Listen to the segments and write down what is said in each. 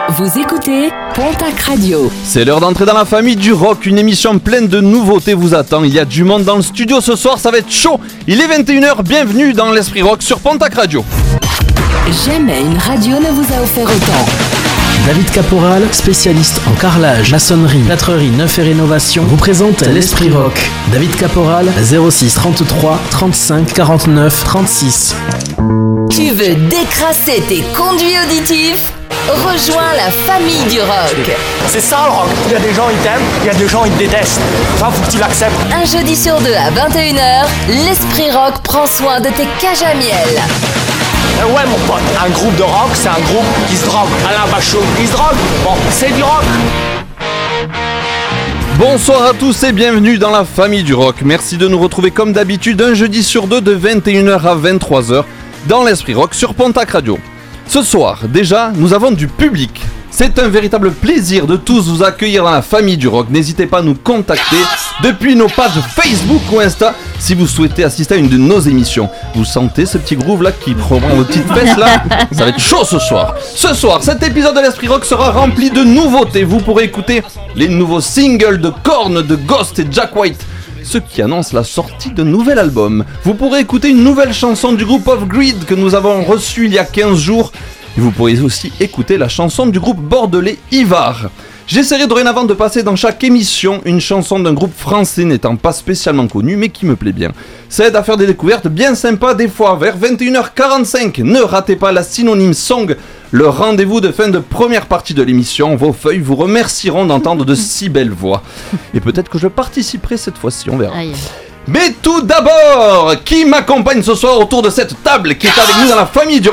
Vous écoutez Pontac Radio. C'est l'heure d'entrer dans la famille du rock. Une émission pleine de nouveautés vous attend. Il y a du monde dans le studio ce soir, ça va être chaud. Il est 21h, bienvenue dans l'Esprit Rock sur Pontac Radio. Jamais une radio ne vous a offert autant. David Caporal, spécialiste en carrelage, maçonnerie, plâtrerie, neuf et rénovation, vous présente l'Esprit Rock. David Caporal, 06 33 35 49 36. Tu veux décrasser tes conduits auditifs ? Rejoins la famille du rock. C'est ça le rock. Il y a des gens ils t'aiment, il y a des gens ils te détestent. Ça faut que tu l'acceptes. Un jeudi sur deux à 21h, l'Esprit Rock prend soin de tes cages à miel. Ouais mon pote, un groupe de rock c'est un groupe qui se drogue. Alain Bachot, il se drogue. Bon, c'est du rock. Bonsoir à tous et bienvenue dans la famille du rock. Merci de nous retrouver comme d'habitude un jeudi sur deux de 21h à 23h dans l'Esprit Rock sur Pontac Radio. Ce soir, déjà, nous avons du public. C'est un véritable plaisir de tous vous accueillir dans la famille du rock. N'hésitez pas à nous contacter depuis nos pages Facebook ou Insta si vous souhaitez assister à une de nos émissions. Vous sentez ce petit groove là qui prend vos petites fesses là ? Ça va être chaud ce soir. Ce soir, cet épisode de l'Esprit Rock sera rempli de nouveautés. Vous pourrez écouter les nouveaux singles de Korn, de Ghost et Jack White, ce qui annonce la sortie d'un nouvel album. Vous pourrez écouter une nouvelle chanson du groupe Off Grid que nous avons reçu il y a 15 jours. Et vous pourrez aussi écouter la chanson du groupe bordelais Ivar. J'essaierai dorénavant de passer dans chaque émission une chanson d'un groupe français n'étant pas spécialement connu mais qui me plaît bien. Ça aide à faire des découvertes bien sympas des fois vers 21h45. Ne ratez pas la Synonyme Song, le rendez-vous de fin de première partie de l'émission. Vos feuilles vous remercieront d'entendre de si belles voix. Et peut-être que je participerai cette fois-ci, on verra. Aïe. Mais tout d'abord, qui m'accompagne ce soir autour de cette table qui est avec nous dans la famille du rock ?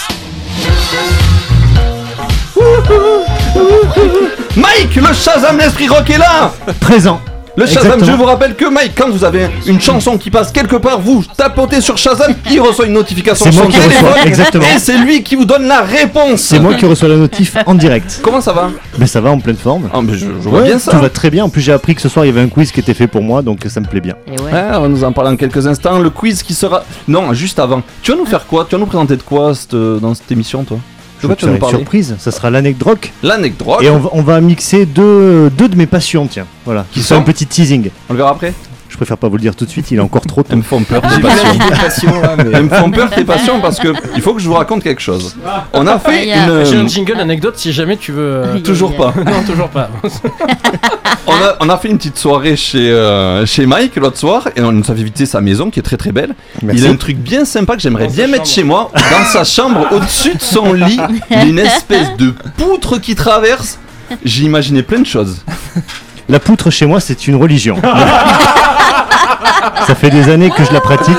Mike, le Shazam l'Esprit Rock est là. Présent. Le Shazam, exactement. je vous rappelle que Mike, quand vous avez une chanson qui passe quelque part, vous tapotez sur Shazam, il reçoit une notification sur son téléphone. Exactement. Et c'est lui qui vous donne la réponse. C'est moi qui reçois la notif en direct. Comment ça va ? Mais ça va en pleine forme. Ah, mais je vois bien ça. Tout va très bien. En plus, j'ai appris que ce soir il y avait un quiz qui était fait pour moi, donc ça me plaît bien. On va nous en parler en quelques instants. Le quiz qui sera. Non, juste avant. Tu vas nous faire quoi ? Tu vas nous présenter de quoi dans cette émission, toi ? Je vais te faire une surprise, ça sera l'anecdote. L'anecdote. Et on va mixer deux de mes passions, tiens. Voilà. Qui sont un petit teasing. On le verra après. Je préfère pas vous le dire tout de suite, il est encore trop tôt. Elles me font peur tes passions. Elles me font peur tes passions parce que il faut que je vous raconte quelque chose. On a fait une. J'ai un jingle anecdote si jamais tu veux. Toujours pas. Non, toujours pas. On a fait une petite soirée chez Mike l'autre soir et on nous a visité sa maison qui est très très belle. Merci. Il a un truc bien sympa que j'aimerais bien mettre chez moi. Dans sa chambre, au-dessus de son lit, il y a une espèce de poutre qui traverse. J'ai imaginé plein de choses. La poutre chez moi, c'est une religion. Ça fait des années que je la pratique.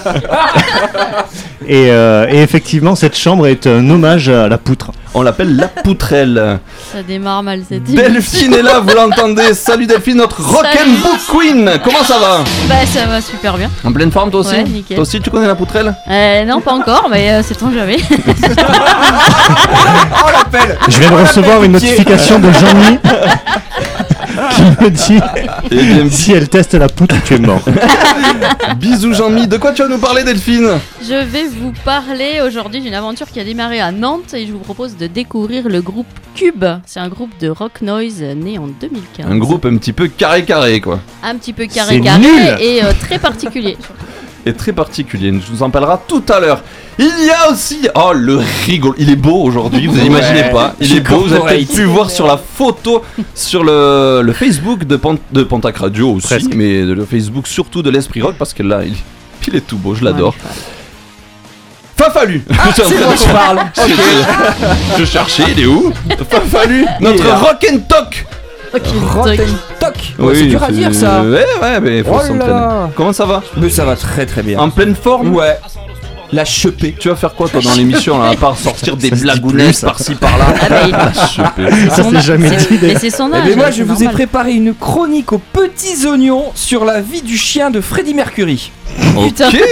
Et effectivement, cette chambre est un hommage à la poutre. On l'appelle la poutrelle. Ça démarre mal cette Delphine est là, vous l'entendez. Salut Delphine, notre rock'n'book queen. Comment ça va ? Bah ça va super bien. En pleine forme toi aussi ? Ouais, nickel. Toi aussi tu connais la poutrelle ? Non pas encore, mais c'est tant jamais. Oh l'appel. Je viens de recevoir une notification de Jean-Mi qui me dit si elle teste la poutre, tu es mort. Bisous Jean-Mi, de quoi tu vas nous parler Delphine ? Je vais vous parler aujourd'hui d'une aventure qui a démarré à Nantes et je vous propose de découvrir le groupe Cube. C'est un groupe de rock noise né en 2015. Un groupe un petit peu carré quoi. Un petit peu C'est carré nul. et très particulier. Et très particulier, je vous en parlera tout à l'heure. Il y a aussi, oh le rigolo, il est beau aujourd'hui, vous n'imaginez pas, il est beau, vous avez peut-être pu voir sur la photo sur le Facebook de Pontac Radio aussi, Presque. mais le Facebook surtout de l'Esprit Rock parce que là il est tout beau, je l'adore. Fafalu. C'est moi qui parle. Je cherchais, il est où Fafalu, notre rock and talk. Rock and talk. C'est dur à dire ça. Ouais, mais faut Oh là s'entraîner. là. Comment ça va ? Mais ça va très très bien. En pleine forme ? Ouais. La chepée. Tu vas faire quoi toi dans l'émission là, à part sortir des Ça se dit blagounettes plus, ça. par-ci par-là? Ah bah, La chepée. Ça c'est jamais dit. Mais c'est son âge. Mais moi c'est je vous ai normal. préparé une chronique aux petits oignons sur la vie du chien de Freddie Mercury. Putain. Ok.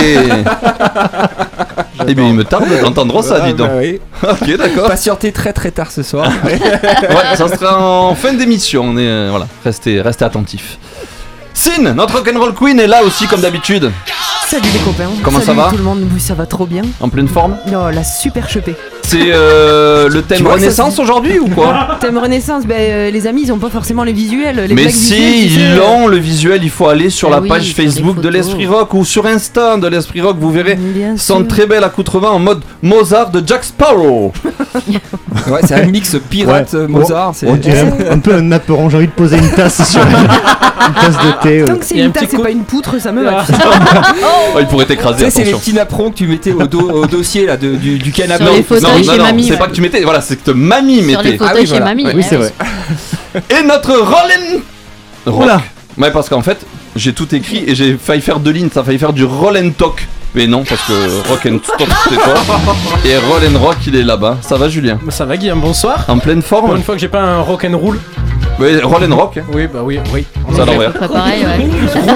Eh bien, il me tarde d'entendre ça, dis donc. Bah oui. Ok, d'accord. Patientez très très tard ce soir. Ouais, ça sera en fin d'émission. On est voilà, restez attentifs. Sin, notre rock'n'roll queen est là aussi comme d'habitude. Salut les copains. Comment Salut ça va tout le monde, oui, ça va trop bien. En pleine forme. Oh la super chepée. C'est le thème Renaissance aujourd'hui ou quoi? Thème Renaissance, les amis ils ont pas forcément les visuels. Les mais blagues si, visuelles, ils l'ont le visuel, il faut aller sur la page sur les Facebook de photos. l'Esprit Rock ou sur Insta de l'Esprit Rock, vous verrez Bien son sûr. très bel accoutrement en mode Mozart de Jack Sparrow. Ouais, c'est un mix pirate Mozart. C'est... On dirait un peu un apéron, j'ai envie de poser une tasse sur une tasse de thé. Tant que c'est Il y a une un petit tasse, c'est coup- pas une poutre, ça me va. Oh, il pourrait Tu t'écraser, sais, c'est les attention. petits napperons que tu mettais au dossier là, du canapé. Sur les fauteuils chez mamie, c'est ouais. pas que tu mettais, voilà, c'est que mamie Sur les mettait. fauteuils Ah oui, chez voilà. mamie. Oui, c'est vrai. Et notre Roll'n Rock. Oula. Ouais, parce qu'en fait, j'ai tout écrit et j'ai failli faire 2 lignes, ça a failli faire du Roll and Talk. Mais non, parce que Rock and Talk c'est toi. Et Roll and Rock il est là-bas. Ça va, Julien? Ça va, Guillaume, bonsoir. En pleine Pour forme? une fois que j'ai pas un rock'n'roll. Ouais, Roll and Rock. Oui, bah oui. Ça à l'envers. Pas pareil, ouais.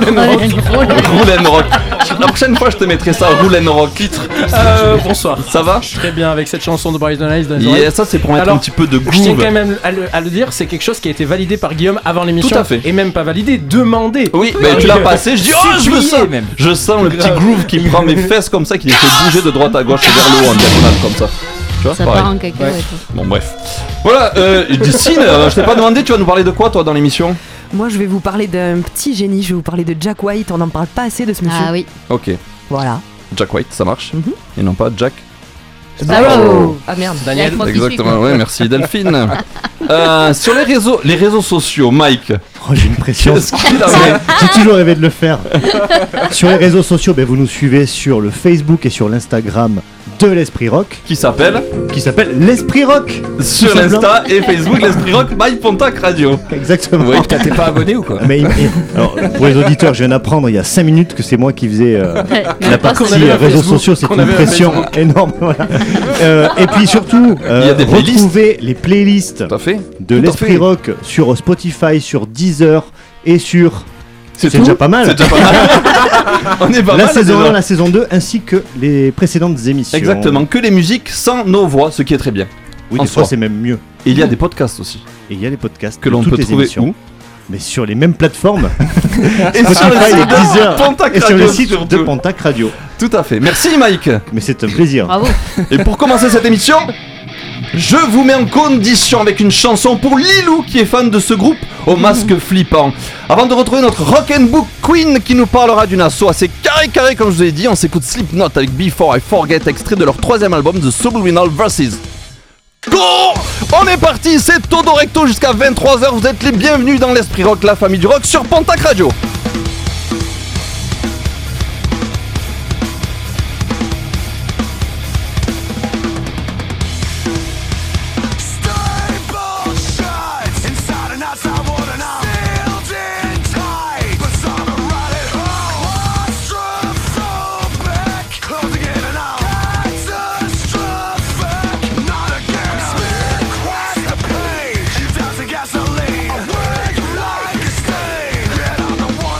Roll and Rock. La prochaine fois, je te mettrai ça, Roll and Rock. Titre. Bonsoir. Ça va? Très bien avec cette chanson de Bryson Hayes dans les oreilles. Yeah, ça c'est pour mettre Alors, un petit peu de Je tiens groove. quand même à le dire, c'est quelque chose qui a été validé par Guillaume avant l'émission. Tout à fait. Et même pas validé, demandé. Oui, mais tu l'as passé, je dis oh je veux ça Supplié, même. Je sens le petit groove qui prend mes fesses comme ça, qui les fait bouger de droite à gauche et vers le haut en diagonale comme ça. Tu vois, Ça pareil. part en cacahuète. Bon bref. Voilà, Dessine, je t'ai pas demandé, tu vas nous parler de quoi toi dans l'émission? Moi je vais vous parler d'un petit génie, je vais vous parler de Jack White, on n'en parle pas assez de ce monsieur. Ah oui. Ok, Voilà. Jack White, ça marche. Mhm. Et non pas Jack. Bravo. Ah merde. Daniel. Moi qui suis, Exactement, quoi. ouais, merci Delphine. Sur les réseaux sociaux, Mike, Oh, j'ai une pression. qu'est-ce qu'il a fait? J'ai toujours rêvé de le faire. Sur les réseaux sociaux, vous nous suivez sur le Facebook et sur l'Instagram de l'Esprit Rock, Qui s'appelle qui s'appelle l'Esprit Rock. sur Tout simplement. l'Insta et Facebook l'Esprit Rock Mike Pontac Radio. Exactement. Oui. Putain, t'es pas abonné ou quoi? Mais alors, pour les auditeurs, je viens d'apprendre il y a 5 minutes que c'est moi qui faisais Ouais, la même pas partie qu'on avait un réseaux Facebook, sociaux, c'est qu'on une avait un pression énorme. Voilà. Et puis surtout, Il y a des playlists. retrouvez les playlists Tout à fait. de Tout à l'Esprit fait. Rock sur Spotify, sur Deezer et sur... C'est déjà pas mal. C'est déjà pas mal. On est pas La mal. saison déjà. 1, la saison 2, ainsi que les précédentes émissions. Exactement, que les musiques sans nos voix, ce qui est très bien. Oui, En des fois soi. c'est même mieux. Et il y a des podcasts aussi. Et il y a les podcasts Que de l'on toutes peut les trouver émissions. où? Mais sur les mêmes plateformes. Et sur le Spotify, site les de Deezer Pontac et sur le Radio, site de surtout. Pontac Radio. Tout à fait. Merci Mike. Mais c'est un plaisir. Bravo. Et pour commencer cette émission, je vous mets en condition avec une chanson pour Lilou qui est fan de ce groupe au masque flippant. Avant de retrouver notre Rock'n'Book Queen qui nous parlera d'une asso assez carré comme je vous ai dit, on s'écoute Slipknot avec Before I Forget, extrait de leur 3ème album The Subliminal Verses. Go! On est parti, c'est Todo Recto jusqu'à 23h, vous êtes les bienvenus dans l'Esprit Rock, la famille du rock sur Pontac Radio. Gasoline, awake like a stain. Get on the one.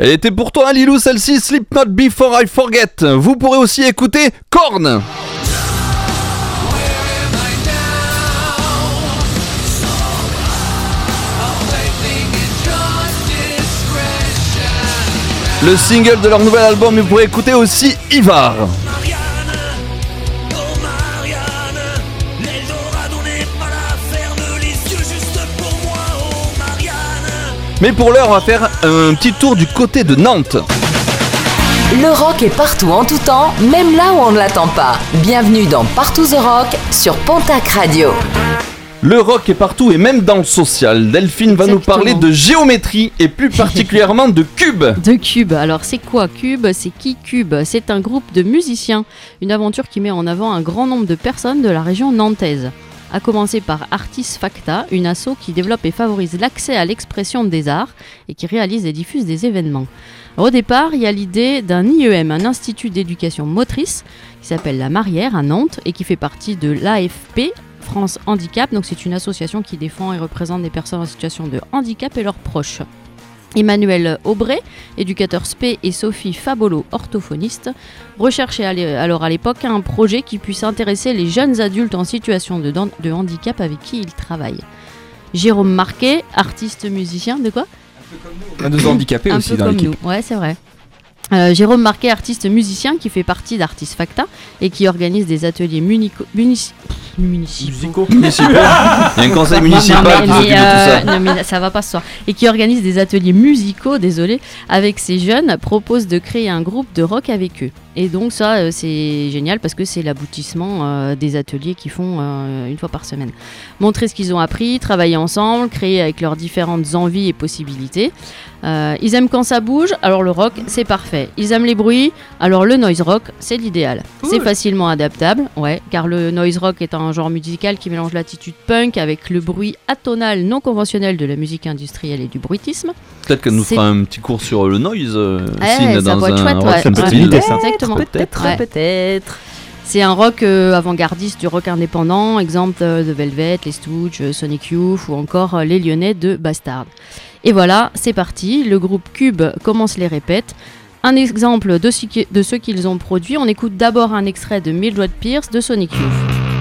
Elle était pour toi, Lilou, celle-ci, Slipknot Before I Forget. Vous pourrez aussi écouter Korn. Le single de leur nouvel album, vous pourrez écouter aussi Ivar. Mais pour l'heure, on va faire un petit tour du côté de Nantes. Le rock est partout en tout temps, même là où on ne l'attend pas. Bienvenue dans Partout the Rock sur Pontac Radio. Le rock est partout et même dans le social. Delphine va nous parler de géométrie et plus particulièrement de Cube. De Cube. Alors c'est quoi Cube ? C'est qui Cube ? C'est un groupe de musiciens. Une aventure qui met en avant un grand nombre de personnes de la région nantaise. À commencer par Artis Facta, une asso qui développe et favorise l'accès à l'expression des arts et qui réalise et diffuse des événements. Alors, au départ, il y a l'idée d'un IEM, un institut d'éducation motrice, qui s'appelle La Marière à Nantes et qui fait partie de l'AFP, France Handicap. Donc c'est une association qui défend et représente des personnes en situation de handicap et leurs proches. Emmanuel Aubray, éducateur spé, et Sophie Fabolo, orthophoniste, recherchaient alors à l'époque un projet qui puisse intéresser les jeunes adultes en situation de handicap avec qui ils travaillent. Jérôme Marquet, artiste musicien, de quoi ? Un peu comme nous. Un handicapés aussi dans l'équipe. Nous. Ouais, c'est vrai. Jérôme Marquet, artiste musicien qui fait partie d'Artis Facta et qui organise des ateliers municipaux. Il y a un conseil municipal qui s'occupe de tout ça. Non mais ça va pas ce soir. Et qui organise des ateliers musicaux, avec ces jeunes, propose de créer un groupe de rock avec eux. Et donc ça c'est génial parce que c'est l'aboutissement des ateliers qu'ils font une fois par semaine. Montrer ce qu'ils ont appris, travailler ensemble, créer avec leurs différentes envies et possibilités. Ils aiment quand ça bouge, alors le rock c'est parfait. Ils aiment les bruits, alors le noise rock c'est l'idéal. Cool. C'est facilement adaptable, ouais, car le noise rock est un genre musical qui mélange l'attitude punk avec le bruit atonal non conventionnel de la musique industrielle et du bruitisme. Peut-être qu'elle nous fera un petit cours sur le noise. Ça peut être chouette, ouais. C'est une idée, ça. Peut-être. C'est un rock avant-gardiste du rock indépendant, exemple de Velvet, les Stooges, Sonic Youth ou encore les Lyonnais de Bastard. Et voilà, c'est parti, le groupe Cube commence les répètes. Un exemple de ce qu'ils ont produit, on écoute d'abord un extrait de Mildred Pierce de Sonic Youth.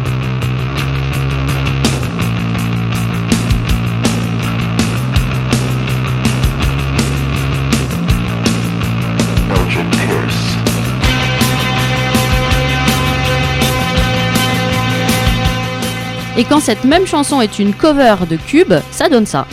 Et quand cette même chanson est une cover de Cube, ça donne ça.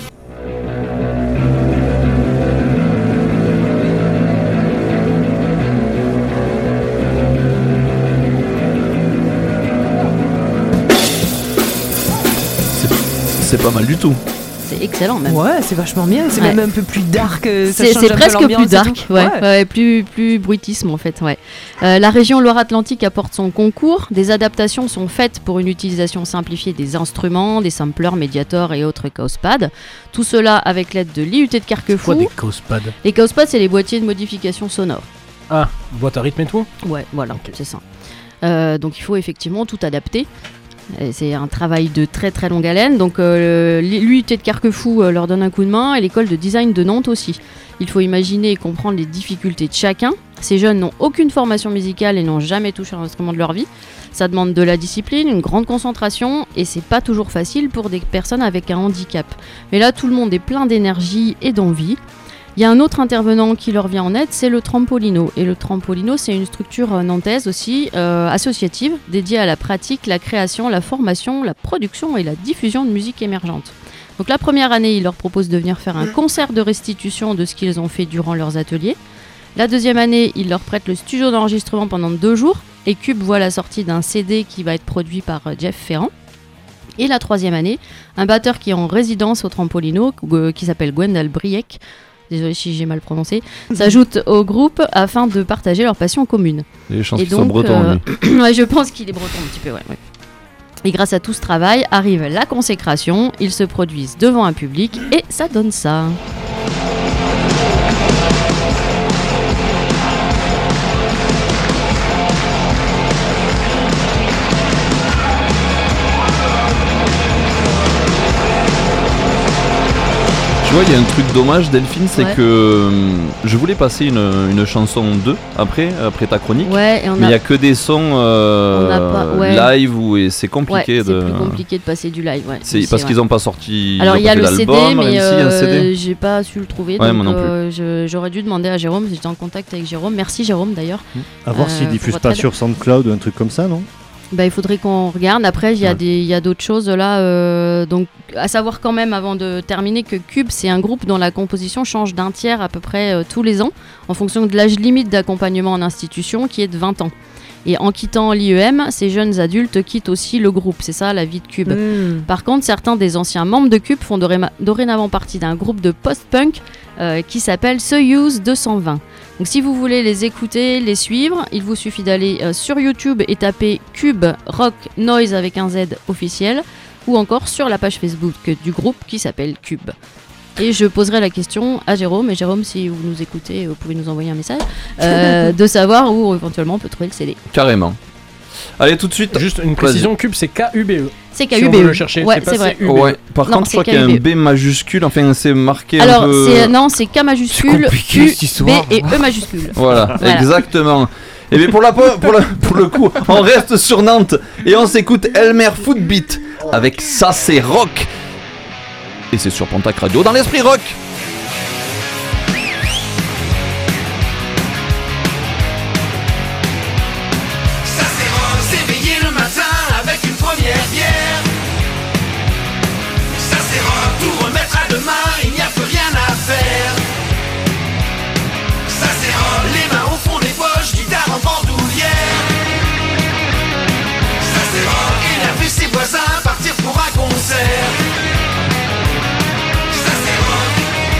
C'est pas mal du tout. C'est excellent même. Ouais, c'est vachement bien. C'est même un peu plus dark. C'est presque plus dark, ouais, plus bruitisme en fait. Ouais. La région Loire-Atlantique apporte son concours. Des adaptations sont faites pour une utilisation simplifiée des instruments, des samplers, médiators et autres causpads. Tout cela avec l'aide de l'IUT de Carquefou. Quoi des causpads ? Les causpads, c'est les boîtiers de modification sonore. Ah, boîte à rythme et tout ? Ouais, voilà, okay. C'est ça. Donc il faut effectivement tout adapter. C'est un travail de très très longue haleine. Donc l'UIT de Carquefou leur donne un coup de main et l'école de design de Nantes aussi. Il faut imaginer et comprendre les difficultés de chacun. Ces jeunes n'ont aucune formation musicale et n'ont jamais touché un instrument de leur vie. Ça demande de la discipline, une grande concentration et c'est pas toujours facile pour des personnes avec un handicap. Mais là tout le monde est plein d'énergie et d'envie. Il y a un autre intervenant qui leur vient en aide, c'est le Trampolino. Et le Trampolino, c'est une structure nantaise aussi, associative, dédiée à la pratique, la création, la formation, la production et la diffusion de musique émergente. Donc la première année, ils leur proposent de venir faire un concert de restitution de ce qu'ils ont fait durant leurs ateliers. La deuxième année, ils leur prêtent le studio d'enregistrement pendant 2 jours. Et Cube voit la sortie d'un CD qui va être produit par Jeff Ferrand. Et la troisième année, un batteur qui est en résidence au Trampolino, qui s'appelle Gwendal Briek, désolé si j'ai mal prononcé, s'ajoutent au groupe afin de partager leur passion commune. Les chances qui sont bretons, lui. Ouais, je pense qu'il est breton un petit peu, ouais. Et grâce à tout ce travail, arrive la consécration, ils se produisent devant un public et ça donne ça. Tu vois, il y a un truc dommage, Delphine, c'est Ouais. que je voulais passer une chanson 2 après ta chronique. Ouais, et mais il n'y a que des sons live et c'est compliqué. Ouais, c'est plus compliqué de passer du live. Ouais. C'est parce qu'ils n'ont pas sorti. Alors il y a le CD, mais un CD. j'ai pas su le trouver. Ouais, donc moi non plus. j'aurais dû demander à Jérôme. J'étais en contact avec Jérôme. Merci Jérôme d'ailleurs. À voir s'ils diffusent pas sur SoundCloud ou un truc comme ça, non? Bah, il faudrait qu'on regarde. Après, il y a d'autres choses là. Donc, à savoir quand même, avant de terminer, que Cube, c'est un groupe dont la composition change d'un tiers à peu près tous les ans, en fonction de l'âge limite d'accompagnement en institution, qui est de 20 ans. Et en quittant l'IEM, ces jeunes adultes quittent aussi le groupe. C'est ça la vie de Cube. Par contre, certains des anciens membres de Cube font dorénavant partie d'un groupe de post-punk qui s'appelle Soyuz 220. Donc si vous voulez les écouter, les suivre, il vous suffit d'aller sur YouTube et taper Cube Rock Noise avec un Z officiel, ou encore sur la page Facebook du groupe qui s'appelle Cube. Et je poserai la question à Jérôme, et Jérôme, si vous nous écoutez, vous pouvez nous envoyer un message, de savoir où éventuellement on peut trouver le CD. Carrément. Allez, tout de suite. Juste une précision, Cube c'est K-U-B-E. C'est Si on K-U-B-E. veut le chercher, Ouais, c'est pas c'est vrai. C-U-B-E. Ouais. Par Non, contre, je c'est crois qu'il y a un K-U-B-E. B majuscule, enfin c'est marqué Alors, un peu... c'est K majuscule, Q, B et E majuscule. Voilà, exactement. Et bien pour le coup, on reste sur Nantes et on s'écoute Elmer Footbeat avec Ça c'est rock. Et c'est sur Pontac Radio dans l'Esprit Rock. Ça c'est rock, s'éveiller le matin avec une première bière. Ça c'est rock, tout remettre à demain, il n'y a plus rien à faire. Ça c'est rock, les mains au fond des poches, guitare en bandoulière. Ça c'est rock, énerver ses voisins, partir pour un concert. Ça c'est rock,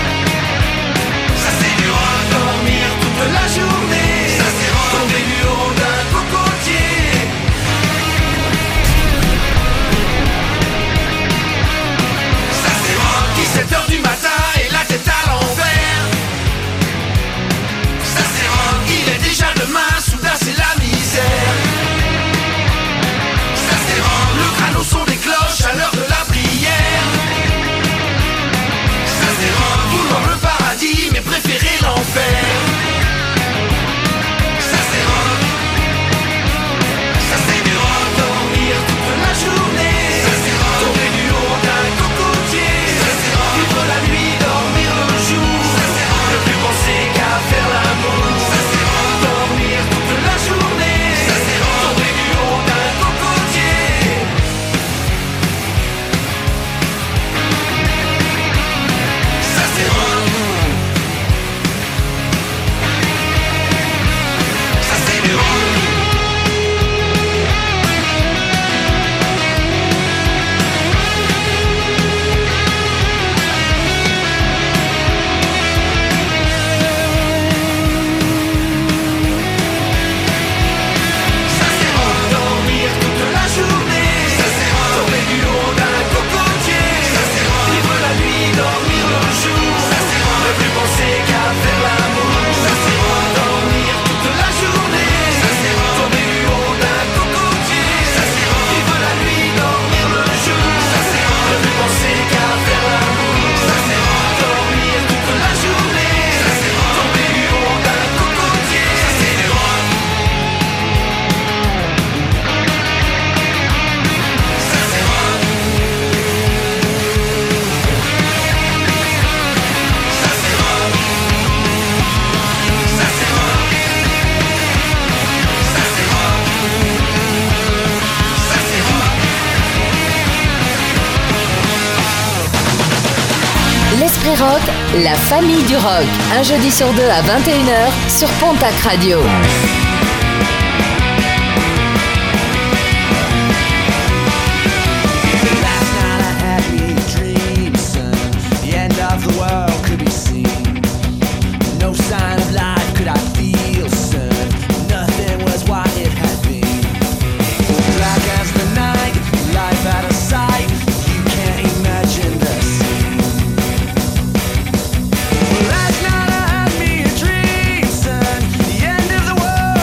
ça c'est du rock, dormir toute la journée. Ça c'est rock, tomber du haut d'un cocotier. Ça c'est rock, 17h du matin et la tête à l'envers. Ça c'est rock, il est déjà demain, soudain c'est la misère. Ça c'est rock, le crâne au son des cloches à l'heure de la prière. Ça c'est rock, vouloir le paradis mais préférer l'enfer. Ça c'est rock, ça c'est du rock, dormir toute la journée. Ça c'est rock, tomber du haut d'un cocotier. Ça c'est rock, vivre la nuit, dormir le jour. Ça c'est rock, ne plus penser qu'à faire l'amour. Ça c'est rock, dormir toute la journée. Ça c'est rock, tomber du haut d'un cocotier. Ça c'est rock, ça c'est du rock. Ça c'est rock, dormir toute la journée. Ça c'est rock, tomber du haut d'un cocotier. Ça c'est rock, vivre la nuit, dormir le jour. Ça c'est rock, ne plus penser qu'à faire l'amour. Ça c'est rock, dormir toute la journée. Ça c'est rock, tomber du haut d'un cocotier. Ça c'est rock, vivre la nuit, dormir le jour. Ça c'est rock, ne plus penser qu'à faire l'amour. Ça c'est rock, dormir toute la journée. Ça c'est rock, tomber du haut d'un cocotier. Ça c'est du rock. Ça c'est rock. Ça c'est rock. Ça c'est rock. Ça c'est rock. Ça c'est rock. L'Esprit Rock, la famille du rock. Un jeudi sur deux à 21h sur Pontac Radio. Last night I had me a dream, son. The end of the world could be seen. No sign of life could I feel, son. Nothing was what it had been. Black as the night, life out of sight. You can't imagine the scene. Last night I had me a dream, son. The end of the world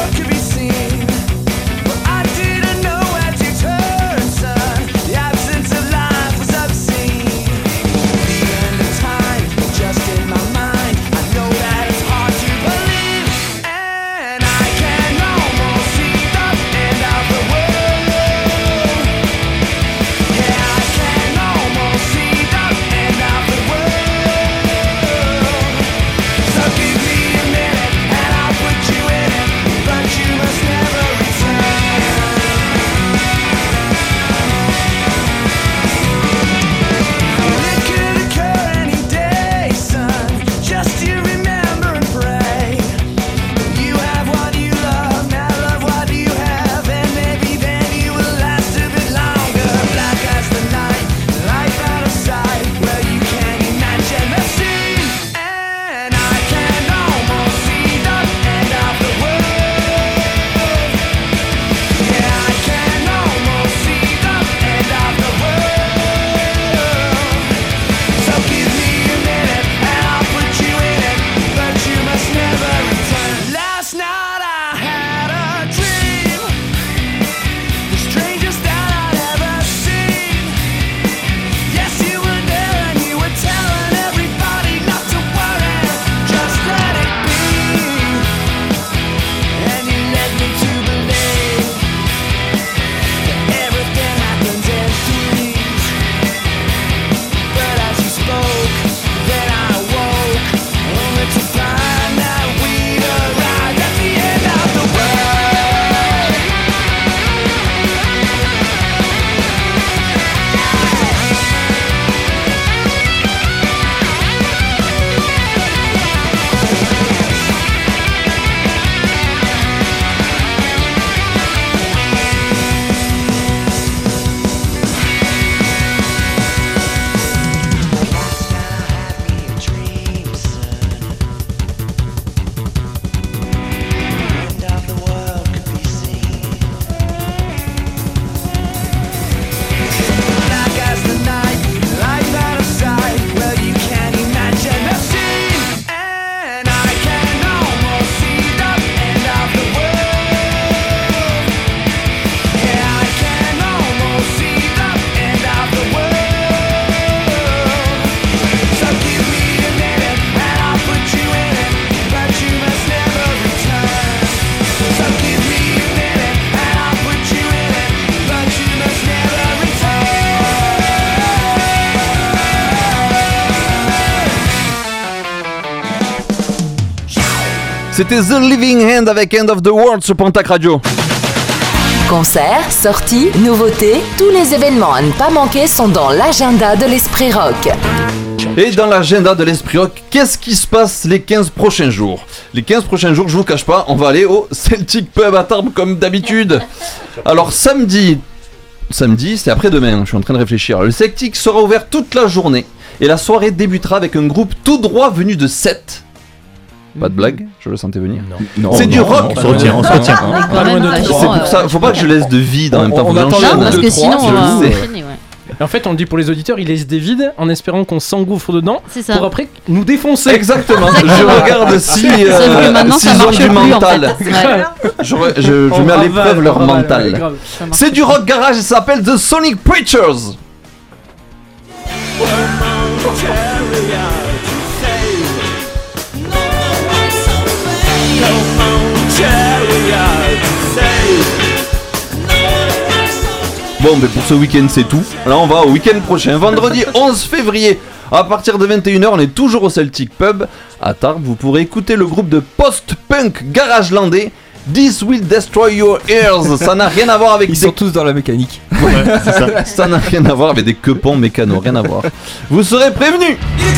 C'était The Living Hand avec End of the World sur Pontac Radio. Concerts, sorties, nouveautés, tous les événements à ne pas manquer sont dans l'agenda de l'Esprit Rock. Et dans l'agenda de l'Esprit Rock, qu'est-ce qui se passe les 15 prochains jours ? Les 15 prochains jours, je vous cache pas, on va aller au Celtic Pub à Tarbes comme d'habitude. Alors samedi, c'est après-demain, je suis en train de réfléchir. Le Celtic sera ouvert toute la journée et la soirée débutera avec un groupe tout droit venu de Sète. Pas de blague, je le sentais venir. Non, c'est du rock. On se retient. C'est pour ça, faut pas que je laisse de vide en même temps. On attend Non, parce que sinon on va sais. enchaîner, ouais. En fait, on le dit pour les auditeurs, il laisse des vides en espérant qu'on s'engouffre dedans C'est ça. pour après nous défoncer. Exactement. Je regarde si s'ils ont du mental. Je mets à l'épreuve leur mental. C'est du rock garage, ça s'appelle The Sonic Preachers. Bon, mais pour ce week-end c'est tout. Là on va au week-end prochain, vendredi 11 février. À partir de 21h, on est toujours au Celtic Pub à Tarbes. Vous pourrez écouter le groupe de post-punk garagelandais This Will Destroy Your Ears. Ça n'a rien à voir avec Ils sont tous dans la mécanique. Ouais, c'est ça. Ça n'a rien à voir avec des quepons mécanos, rien à voir. Vous serez prévenus.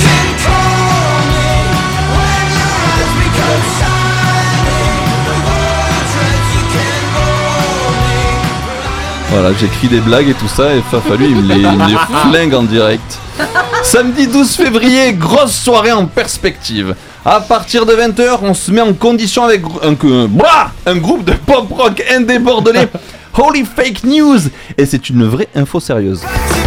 Voilà, j'écris des blagues et tout ça et Fafa lui il me les flingue en direct. Samedi 12 février, grosse soirée en perspective. À partir de 20h, on se met en condition avec un groupe de pop rock indé bordelais, Holy Fake News. Et c'est une vraie info sérieuse.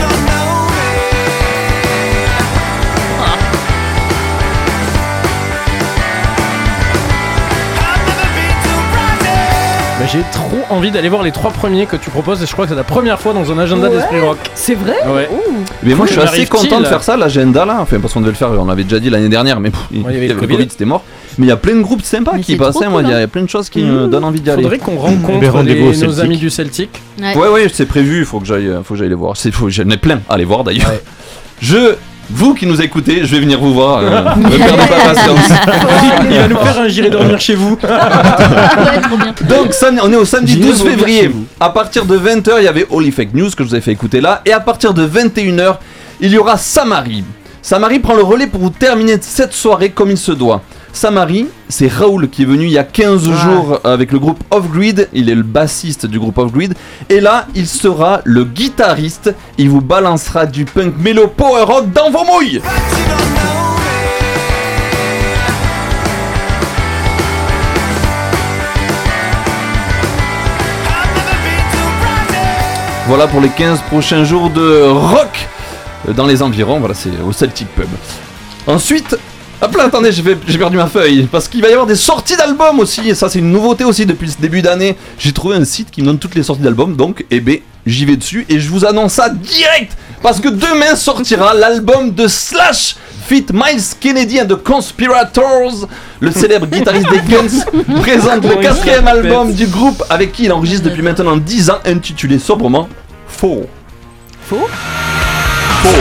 Bah, j'ai trop envie d'aller voir les 3 premiers que tu proposes et je crois que c'est la première fois dans un agenda d'Esprit Rock. C'est vrai? Ouais. Mais moi je suis assez m'arrive-t-il content de faire ça, l'agenda là, enfin parce qu'on devait le faire, on l'avait déjà dit l'année dernière, mais il y avait le Covid, c'était mort. Mais il y a plein de groupes sympas Mais qui c'est passaient, trop moi cool, il y a plein de choses qui me donnent envie d'y aller. Faudrait qu'on rencontre rendez-vous au nos Celtic. amis du Celtic. Ouais, c'est prévu, il faut que j'aille les voir. J'en ai plein à aller voir d'ailleurs. Ouais. Vous qui nous écoutez, je vais venir vous voir. Ne perdez pas patience. Il va nous faire un j'irai dormir chez vous. Ouais, trop bien. Donc on est au samedi J'irai 12 dormir chez février. vous. À partir de 20h, il y avait Holy Fake News que je vous ai fait écouter là. Et à partir de 21h, il y aura Samari. Samari prend le relais pour vous terminer cette soirée comme il se doit. Samari, c'est Raoul qui est venu il y a 15 jours avec le groupe Off Grid. Il est le bassiste du groupe Off Grid. Et là, il sera le guitariste. Il vous balancera du punk mélo power rock dans vos mouilles. Voilà pour les 15 prochains jours de rock dans les environs. Voilà, c'est au Celtic Pub. Ensuite... Hop là, attendez, j'ai perdu ma feuille. Parce qu'il va y avoir des sorties d'albums aussi. Et ça, c'est une nouveauté aussi depuis ce début d'année. J'ai trouvé un site qui me donne toutes les sorties d'albums. Donc, j'y vais dessus et je vous annonce ça direct. Parce que demain sortira l'album de Slash feat. Miles Kennedy and the Conspirators. Le célèbre guitariste des Guns présente le 4e album du groupe avec qui il enregistre depuis maintenant 10 ans, intitulé sobrement Faux. Faux? Faux.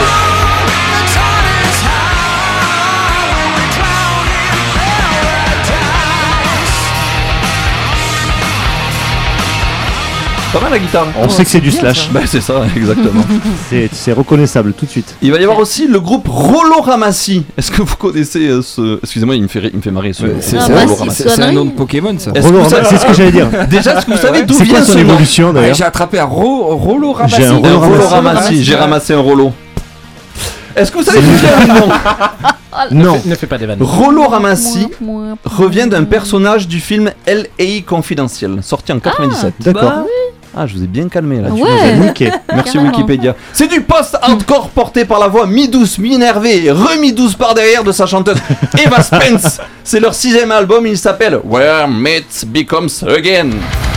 Pas mal la guitare. On sait que c'est du Slash. Bah c'est ça, exactement. C'est reconnaissable tout de suite. Il va y avoir aussi le groupe Rollo Ramassi. Est-ce que vous connaissez ce... Excusez-moi, il me fait marrer ce Rollo Ramassi. C'est un nom de Pokémon ça. Rollo Ramassi, c'est ce que j'allais dire. Déjà, est-ce que vous savez d'où C'est vient quoi son ce nom? évolution d'ailleurs? J'ai attrapé un Rollo Ramassi. J'ai un Un Rollo Rollo Ramassi. Ramassi, j'ai ramassé un Rollo. Est-ce que vous savez d'où vient le nom? Non. Ne fais pas des vannes. Rollo Ramassi revient d'un personnage du film L.A. Confidential, sorti en 97. D'accord. Ah, je vous ai bien calmé là. Ouais. Nickel. Merci Carrément. Wikipédia. C'est du post-hardcore porté par la voix mi-douce, mi-énervée et remis-douce par derrière de sa chanteuse Eva Spence. C'est leur 6e album, il s'appelle Where Meat Becomes Again.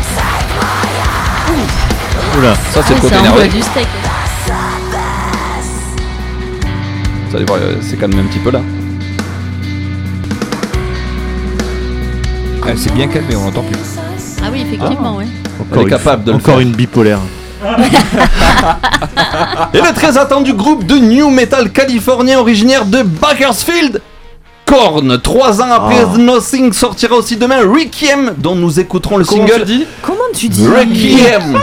Oula. Ça c'est le côté Ça envoie énervé. du steak. Vous allez voir, c'est calmé un petit peu là. Ah, c'est bien calmé, on l'entend plus. Ah oui, effectivement, ouais. Elle est capable de le Encore faire. une bipolaire. Et le très attendu groupe de new metal californien originaire de Bakersfield, Korn. 3 ans après Nothing sortira aussi demain Requiem, dont nous écouterons le single. Comment tu dis Requiem.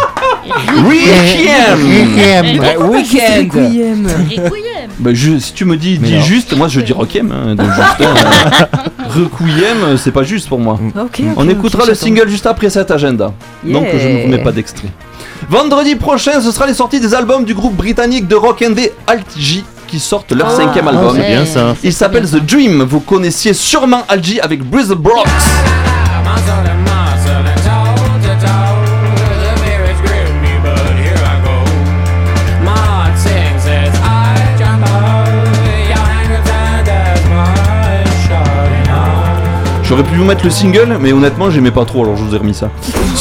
Weekend. Bah, si tu me dis juste, moi je dis Requiem. Hein, donc juste, Requiem, c'est pas juste pour moi. On écoutera le single juste après cet agenda. Donc je ne vous mets pas d'extrait. Vendredi prochain, ce sera les sorties des albums du groupe britannique de rock indé Alt-J qui sortent leur 5e album. C'est bien ça. Il s'appelle The Dream. Vous connaissiez sûrement Alt-J avec Breeze Brooks. J'aurais pu vous mettre le single, mais honnêtement, j'aimais pas trop, alors je vous ai remis ça.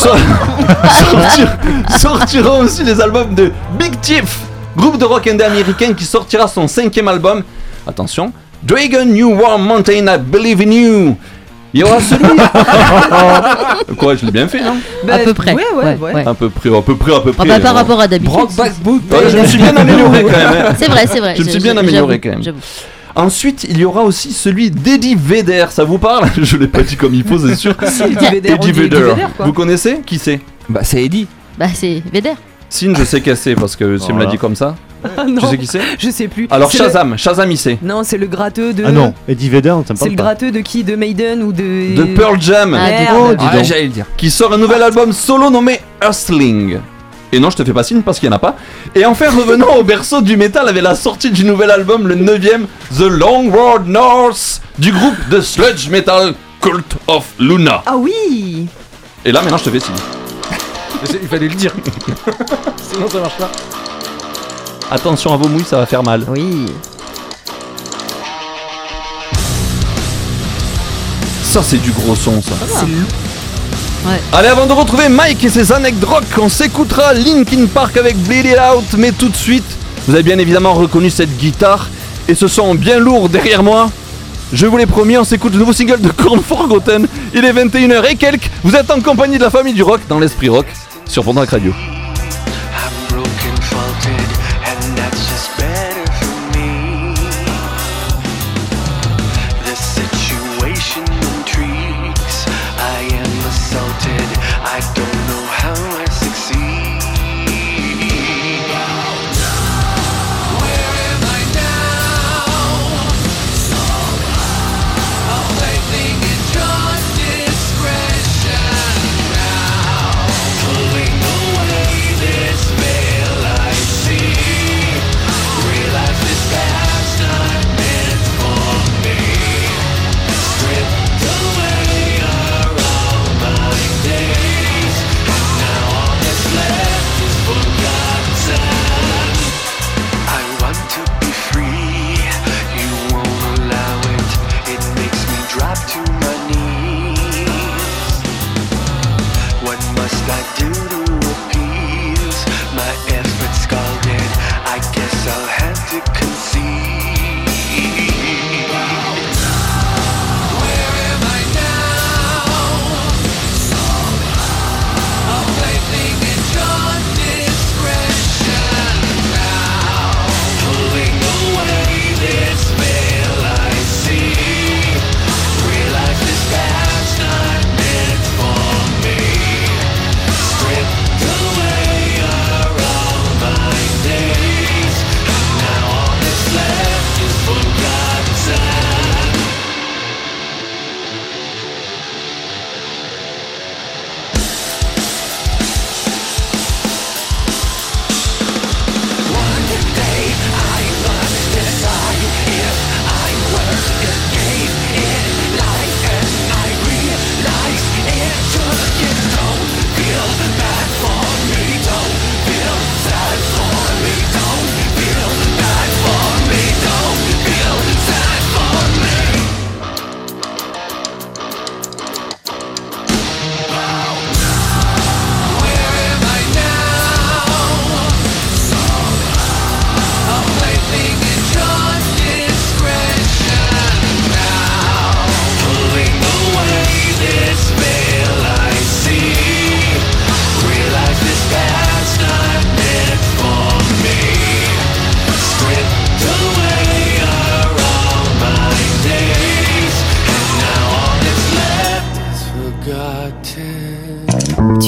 Sortiront aussi les albums de Big Thief, groupe de rock indé américain qui sortira son 5e album. Attention, Dragon New Warm Mountain, I Believe in You. Il y aura celui. Quoi, je l'ai bien fait, non? À peu près. Ouais. À peu près. Par rapport à d'habitude. Je me suis bien amélioré quand même. Hein. C'est vrai. Je me suis bien amélioré quand même. J'avoue. Ensuite, il y aura aussi celui d'Eddie Vedder. Ça vous parle? Je l'ai pas dit comme il faut, c'est sûr. Eddie Vedder. Vous connaissez? Qui c'est? Bah, c'est Eddie. Bah, c'est Vedder. Sin, je sais qui c'est parce que si me l'a dit comme ça. Tu sais qui c'est? Je sais plus. Alors Shazam il sait. Non, c'est le gratteux de. Ah non, Eddie Vedder, ça me parle C'est le pas. gratteux de qui? De Maiden ou de. De Pearl Jam. J'allais le dire. Qui sort un nouvel album solo nommé Earthling. Et non, je te fais pas signe parce qu'il n'y en a pas. Et enfin, revenons au berceau du métal avec la sortie du nouvel album, le 9e, The Long Road North, du groupe de sludge metal Cult of Luna. Ah oui. Et là, maintenant, je te fais signe. Il fallait le dire. Sinon, ça marche pas. Attention à vos mouilles, ça va faire mal. Oui. Ça, c'est du gros son, ça. Ouais. Allez, avant de retrouver Mike et ses anecdotes rock, on s'écoutera Linkin Park avec Bleed It Out. Mais tout de suite, vous avez bien évidemment reconnu cette guitare et ce son bien lourd derrière moi. Je vous l'ai promis, on s'écoute le nouveau single de Korn Forgotten. Il est 21h et quelques. Vous êtes en compagnie de la famille du rock dans l'Esprit Rock sur Pontac Radio. Pulling away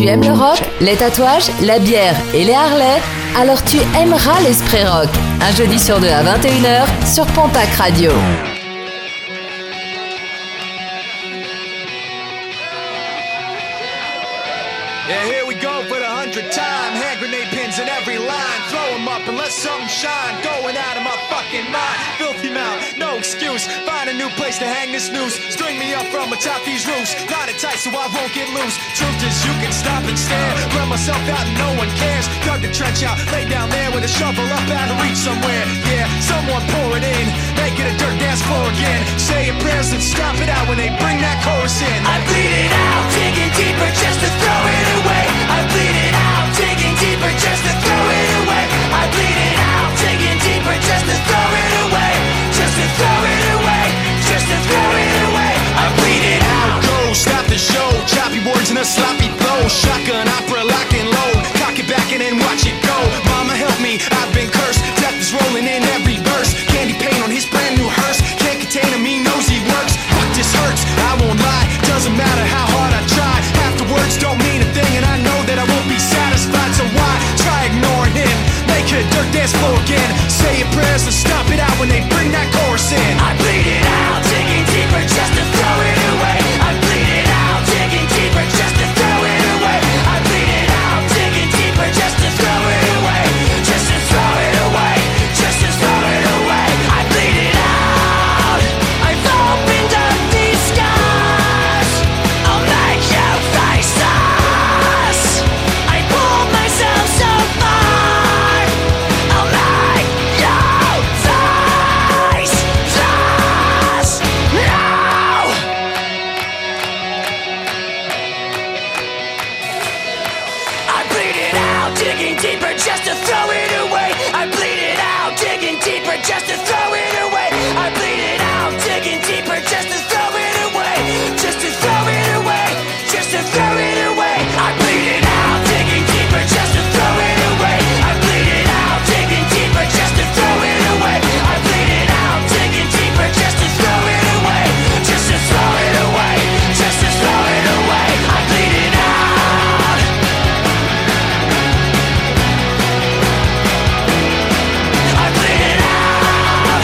aimes le rock, les tatouages, la bière et les Harley? Alors tu aimeras l'Esprit Rock. Un jeudi sur 2 à 21h sur Pontac Radio. Yeah, here we go for the 100th time. Hand grenade pins in every line. Throw them up and let something shine. Going out of my fucking mind. Filthy mouth, no excuse. Find a new place to hang this noose. String me up from atop these roofs. Knot it tight so I won't get loose. Truth is you can stop and stare. Run myself out and no one cares. Dug the trench out, lay down there with a shovel up out of reach somewhere. Yeah, someone pour it in. Make it a dirt dance floor again. Say your prayers and stop it out when they bring that chorus in. I bleed it out, digging deeper just to throw it away. I bleed it out, digging deeper just to throw it away. I bleed it out, digging deeper just to throw it away. Just to throw it away, just to throw it away. I bleed it out. Go, stop the show, choppy words and a sloppy flow. Shotgun opera lock and load, cock it back and then watch it go. Mama help me, I've been cursed. Death is rolling in every verse. Candy paint on his brand new hearse. Can't contain him, he knows he works. Fuck, this hurts, I won't lie. Doesn't matter how hard I try. Half the words don't mean a thing, and I know that I won't be satisfied. So why try ignoring him? Make it a dirt dance floor again. Say your prayers and stop it out when they bring that chorus in. I bleed it out, digging deeper just to throw it away. I bleed it out, digging deeper just to throw it away. I bleed it out, digging deeper just to throw it away. Just to throw it away, just to throw it away. I bleed it out. I've opened up these scars. I'll make you face us. I pulled myself so far. I'll make you face us. No! I bleed it out, digging deeper just to throw it away. I bleed it out, digging deeper just to throw it away. I bleed it out, digging deeper just to throw it away. Just to throw it away, just to throw it away. I bleed it out, digging deeper just to throw it away. I bleed it out, digging deeper just to throw it away. I bleed it out, digging deeper just to throw it away. Just to throw it away, just to throw it away. I bleed it out. I bleed it out.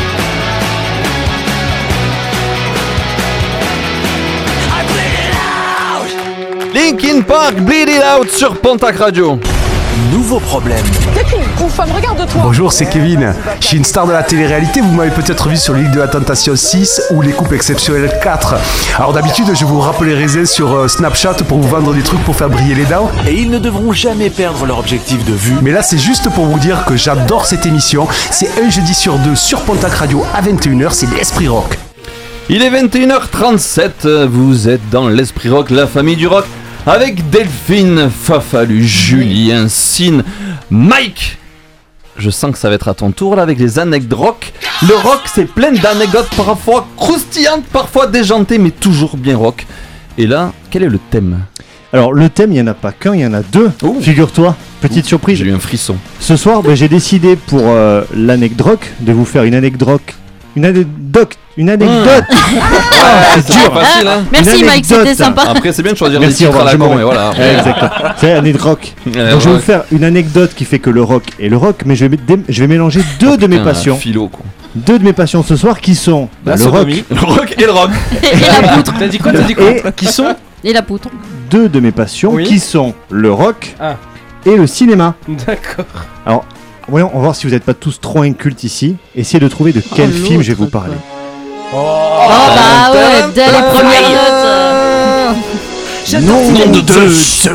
I bleed it out. Linkin Park, Bleed It Out sur Pontac Radio. Nouveau problème. Regarde-toi. Bonjour, c'est Kevin. Je suis une star de la télé-réalité. Vous m'avez peut-être vu sur Ligue de la Tentation 6 ou Les Coupes Exceptionnelles 4. Alors d'habitude, je vous rappelle les raisins sur Snapchat pour vous vendre des trucs pour faire briller les dents. Et ils ne devront jamais perdre leur objectif de vue. Mais là, c'est juste pour vous dire que j'adore cette émission. C'est un jeudi sur 2 sur Pontac Radio à 21h. C'est l'Esprit Rock. Il est 21h37, vous êtes dans l'Esprit Rock, la famille du rock, avec Delphine, Fafalu, Julien, Sine, Mike. Je sens que ça va être à ton tour là avec les anecdotes rock. Le rock, c'est plein d'anecdotes parfois croustillantes, parfois déjantées, mais toujours bien rock. Et là, quel est le thème ? Alors le thème, il n'y en a pas qu'un, il y en a deux. Figure-toi, petite surprise. J'ai eu un frisson. Ce soir, j'ai décidé pour l'anecdote de vous faire une anecdote. Une anecdote. C'est dur, facile, hein. Merci Mike, c'était sympa. Après, c'est bien de choisir les titres à la con, et voilà. Exactement. C'est anecdote rock. Donc je vais vous faire une anecdote qui fait que le rock est le rock, mais je vais mélanger deux de mes passions. Philo, quoi. Deux de mes passions ce soir qui sont le rock et le rock. Et la poutre. T'as dit quoi Qui sont Et la poutre. Deux de mes passions qui sont le rock et le cinéma. D'accord. Alors, voyons, on va voir si vous n'êtes pas tous trop incultes iici. Essayez de trouver de quel film je vais vous parler. Bah ouais, dès les premières notes. Nom de Zeus.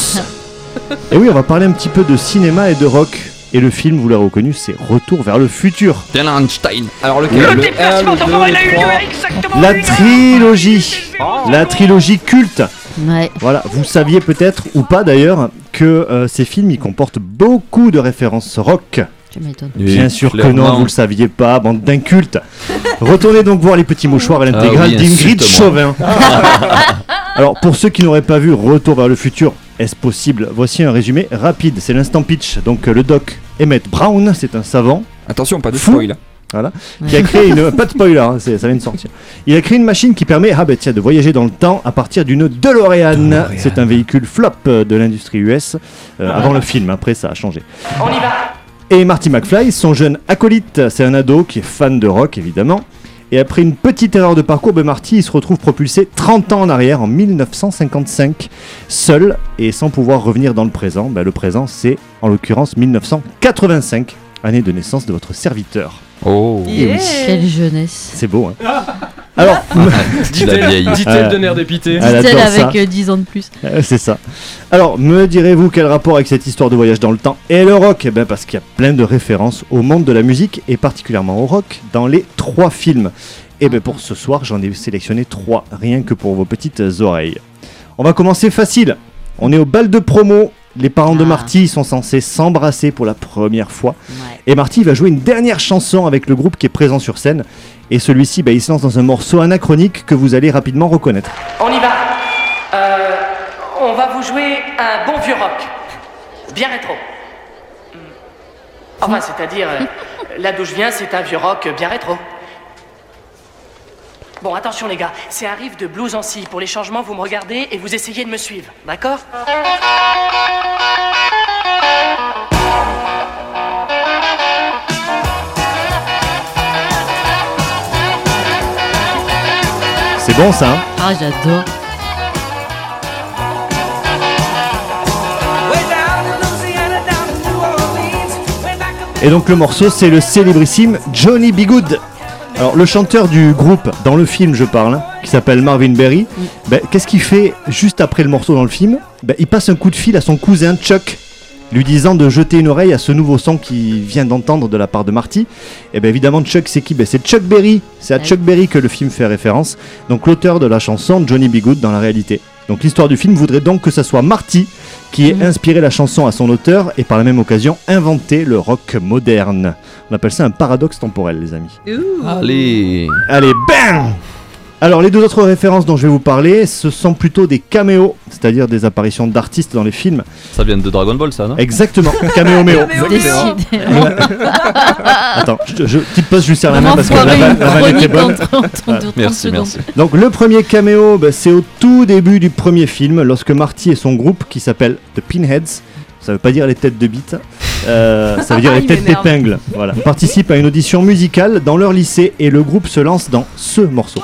Et oui, on va parler un petit peu de cinéma et de rock. Et le film, vous l'avez reconnu, c'est Retour vers le futur. Einstein. Alors lequel ? Le déplacement de mort, il a eu lieu exactement. La trilogie. La trilogie culte. Ouais. Voilà, vous saviez peut-être, ou pas d'ailleurs, que ces films, ils comportent beaucoup de références rock. Tu m'étonnes. Bien sûr que non, vous le saviez pas, bande d'incultes. Retournez donc voir Les Petits Mouchoirs à l'intégrale d'Ingrid Chauvin. Alors, pour ceux qui n'auraient pas vu Retour vers le futur, est-ce possible ? Voici un résumé rapide, c'est l'instant pitch. Donc, le doc Emmett Brown, c'est un savant. Attention, pas de fou, spoil. Voilà. Qui a créé une... Pas de spoiler, hein, ça vient de sortir. Il a créé une machine qui permet de voyager dans le temps à partir d'une DeLorean. C'est un véhicule flop de l'industrie US. Avant le film, après ça a changé. On y va. Et Marty McFly, son jeune acolyte, c'est un ado qui est fan de rock évidemment. Et après une petite erreur de parcours, Marty il se retrouve propulsé 30 ans en arrière, en 1955, seul et sans pouvoir revenir dans le présent. Le présent, c'est en l'occurrence 1985, année de naissance de votre serviteur. Oh, yeah. Oui. Quelle jeunesse. C'est beau, hein. Alors, dit-elle d'un air dépité. Dit-elle avec 10 ans de plus. C'est ça. Alors, me direz-vous quel rapport avec cette histoire de voyage dans le temps et le rock ? Parce qu'il y a plein de références au monde de la musique et particulièrement au rock dans les 3 films. Et pour ce soir, j'en ai sélectionné 3, rien que pour vos petites oreilles. On va commencer facile. On est au bal de promo. Les parents de Marty sont censés s'embrasser pour la première fois. Ouais. Et Marty va jouer une dernière chanson avec le groupe qui est présent sur scène. Et celui-ci, il se lance dans un morceau anachronique que vous allez rapidement reconnaître. On y va. On va vous jouer un bon vieux rock. Bien rétro. Enfin, c'est-à-dire, là d'où je viens, c'est un vieux rock bien rétro. Bon, attention les gars, c'est un riff de blues en si. Pour les changements, vous me regardez et vous essayez de me suivre, d'accord ? C'est bon ça, hein ? Ah, j'adore. Et donc le morceau, c'est le célébrissime Johnny B. Good. Alors le chanteur du groupe, dans le film je parle, qui s'appelle Marvin Berry, qu'est-ce qu'il fait juste après le morceau dans le film ? Il passe un coup de fil à son cousin Chuck, lui disant de jeter une oreille à ce nouveau son qu'il vient d'entendre de la part de Marty. Et évidemment Chuck c'est qui ? C'est Chuck Berry, c'est à Chuck Berry que le film fait référence, donc l'auteur de la chanson Johnny B. Good dans la réalité. Donc l'histoire du film voudrait donc que ça soit Marty qui ait inspiré la chanson à son auteur et par la même occasion inventé le rock moderne. On appelle ça un paradoxe temporel, les amis. Allez, bam! Alors les 2 autres références dont je vais vous parler, ce sont plutôt des caméos, c'est-à-dire des apparitions d'artistes dans les films. Ça vient de Dragon Ball, ça, non ? Exactement, caméo-méo. Attends, petite pause, je lui serre la main parce que la vanne était bonne. Merci. Donc le premier caméo, c'est au tout début du premier film, lorsque Marty et son groupe, qui s'appelle The Pinheads, ça veut pas dire les têtes de bite, ça veut dire les têtes d'épingle, voilà, participent à une audition musicale dans leur lycée et le groupe se lance dans ce morceau.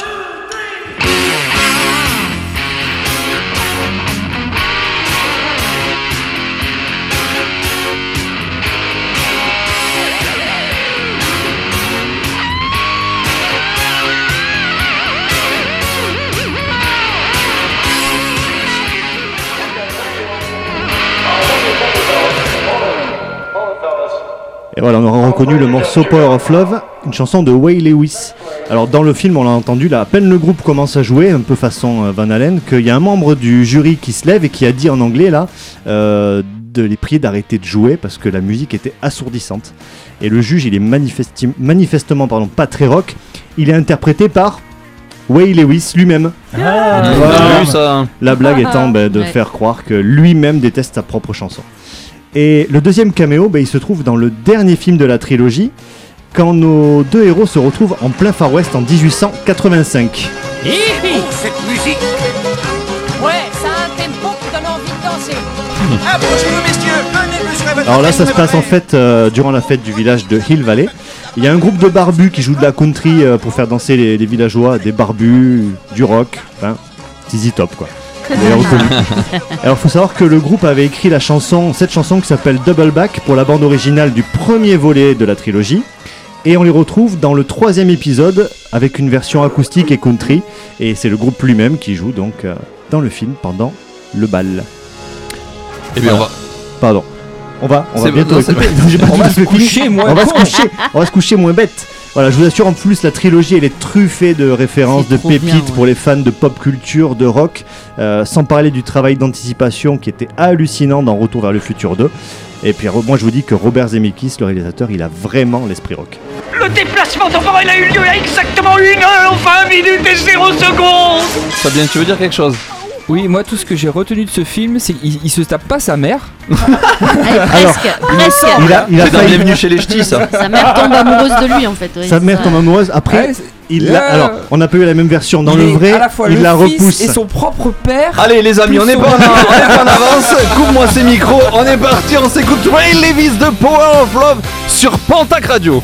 Et voilà, on aura reconnu le morceau Power of Love, une chanson de Huey Lewis. Alors dans le film, on l'a entendu, là, à peine le groupe commence à jouer, un peu façon Van Halen, qu'il y a un membre du jury qui se lève et qui a dit en anglais, là, de les prier d'arrêter de jouer parce que la musique était assourdissante. Et le juge, il est manifestement pas très rock, il est interprété par Huey Lewis lui-même. Voilà. Ça. La blague étant de faire croire que lui-même déteste sa propre chanson. Et le deuxième caméo, il se trouve dans le dernier film de la trilogie, quand nos 2 héros se retrouvent en plein Far West en 1885. Cette musique. Ouais, ça a un tempo qui donne envie de danser. Approchez-vous, messieurs, venez mesurer votre... Alors là, ça se passe en fait durant la fête du village de Hill Valley. Il y a un groupe de barbus qui jouent de la country pour faire danser les villageois, des barbus, du rock, ZZ Top quoi. Alors faut savoir que le groupe avait écrit cette chanson qui s'appelle Double Back pour la bande originale du premier volet de la trilogie. Et on les retrouve dans le 3e épisode avec une version acoustique et country. Et c'est le groupe lui-même qui joue donc dans le film pendant le bal. Et bien voilà. Pardon. On va bientôt écouter. On va se coucher moins bête. Voilà, je vous assure, en plus, la trilogie, elle est truffée de références, de pépites pour les fans de pop culture, de rock, sans parler du travail d'anticipation qui était hallucinant dans Retour vers le futur 2. Et puis, moi, je vous dis que Robert Zemeckis, le réalisateur, il a vraiment l'esprit rock. Le déplacement temporel a eu lieu à exactement 1 heure, 20 minutes et 0 secondes. Fabien, tu veux dire quelque chose ? Oui, moi tout ce que j'ai retenu de ce film, c'est qu'il se tape pas sa mère. Presque. Il a failli bienvenue chez les ch'tis, ça. Sa mère tombe amoureuse de lui en fait. Oui, Sa mère tombe amoureuse. Après, alors, on n'a pas eu la même version. Dans le vrai, il la repousse. Et son propre père. Allez les amis, on n'est pas en avance. Coupe-moi ces micros. On est parti. On s'écoute Ray Levis de Power of Love sur Pontac Radio.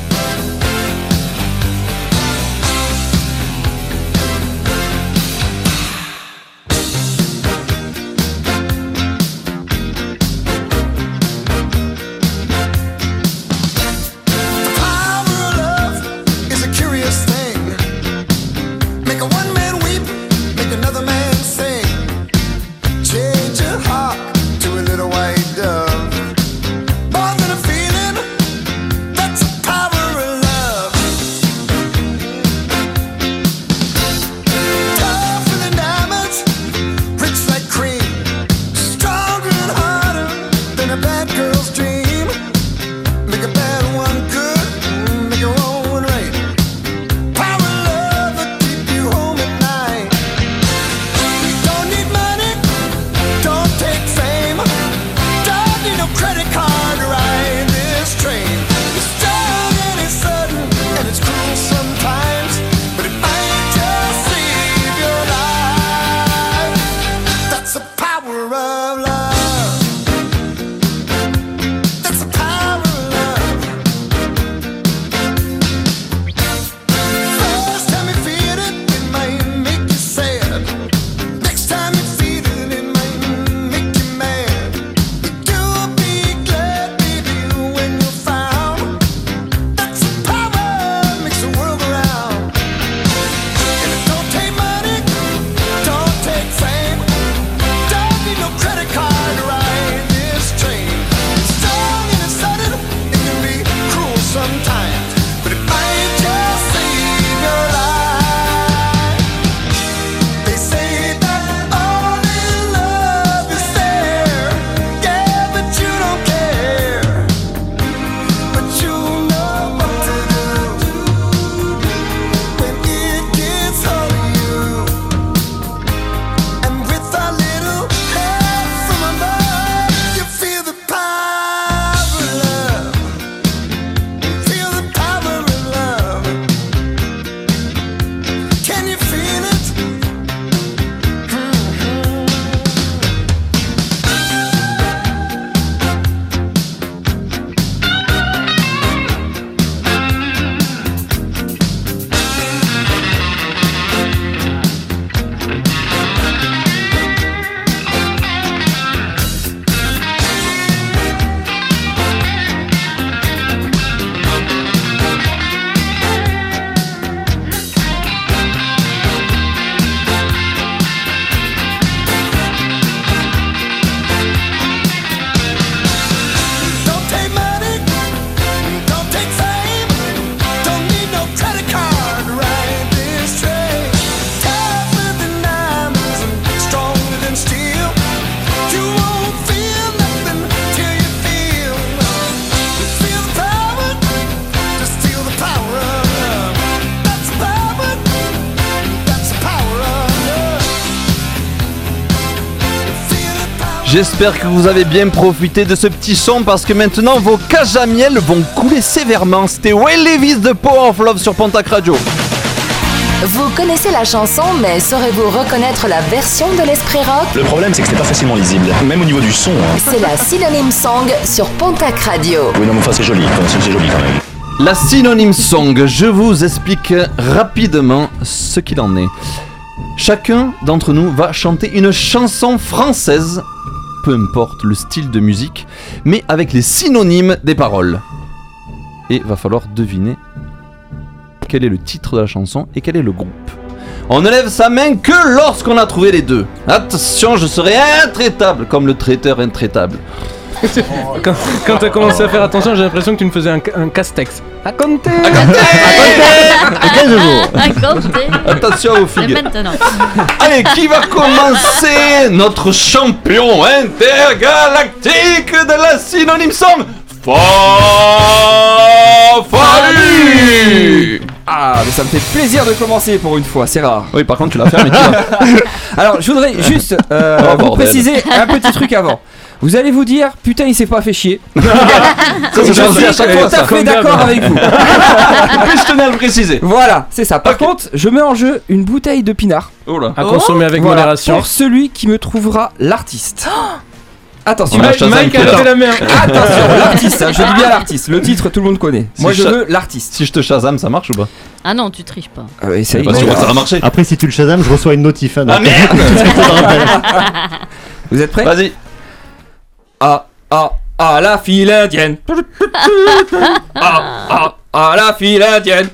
J'espère que vous avez bien profité de ce petit son parce que maintenant vos cages à miel vont couler sévèrement. C'était Ray Levis de Power of Love sur Pontac Radio. Vous connaissez la chanson, mais saurez-vous reconnaître la version de l'Esprit Rock? Le problème, c'est que c'est pas facilement lisible, même au niveau du son. C'est la Synonyme Song sur Pontac Radio. Oui, non, mais enfin, c'est joli quand même. La Synonyme Song, je vous explique rapidement ce qu'il en est. Chacun d'entre nous va chanter une chanson française, peu importe le style de musique, mais avec les synonymes des paroles. Et va falloir deviner quel est le titre de la chanson et quel est le groupe. On ne lève sa main que lorsqu'on a trouvé les deux. Attention, je serai intraitable, comme le traiteur intraitable. Quand t'as commencé à faire attention, j'ai l'impression que tu me faisais un casse-texte. À compter. Attention aux figues. Maintenant. Allez, qui va commencer? Notre champion intergalactique de la Synonyme Song, Falu. Ah, mais ça me fait plaisir de commencer pour une fois, c'est rare. Oui, par contre, tu l'as fait, mais tu l'as. Alors, je voudrais juste vous bordel. préciser un petit truc avant. Vous allez vous dire, putain, il s'est pas fait chier. Ça, c'est gentil à chaque fois, tout ça. à fait d'accord avec vous. En plus, je tenais à le préciser. Voilà, c'est ça. Par contre, je mets en jeu une bouteille de pinard. Oh là. À consommer avec Voilà, modération. pour celui qui me trouvera l'artiste. Attention, On a Shazam Mike qui est a là. levé la main. attention, l'artiste, hein, je dis bien l'artiste. Le titre, tout le monde connaît. Moi, Si je Sha- veux l'artiste. Si je te Shazam, ça marche ou pas? Ah non, tu triches pas. Essaye. Pas sûr que ça va marcher. Après, si tu le Shazam, je reçois une notif. Hein, Ah donc- merde. Vous êtes prêts? Vas-y. Ah, la file indienne. Ah, la file indienne.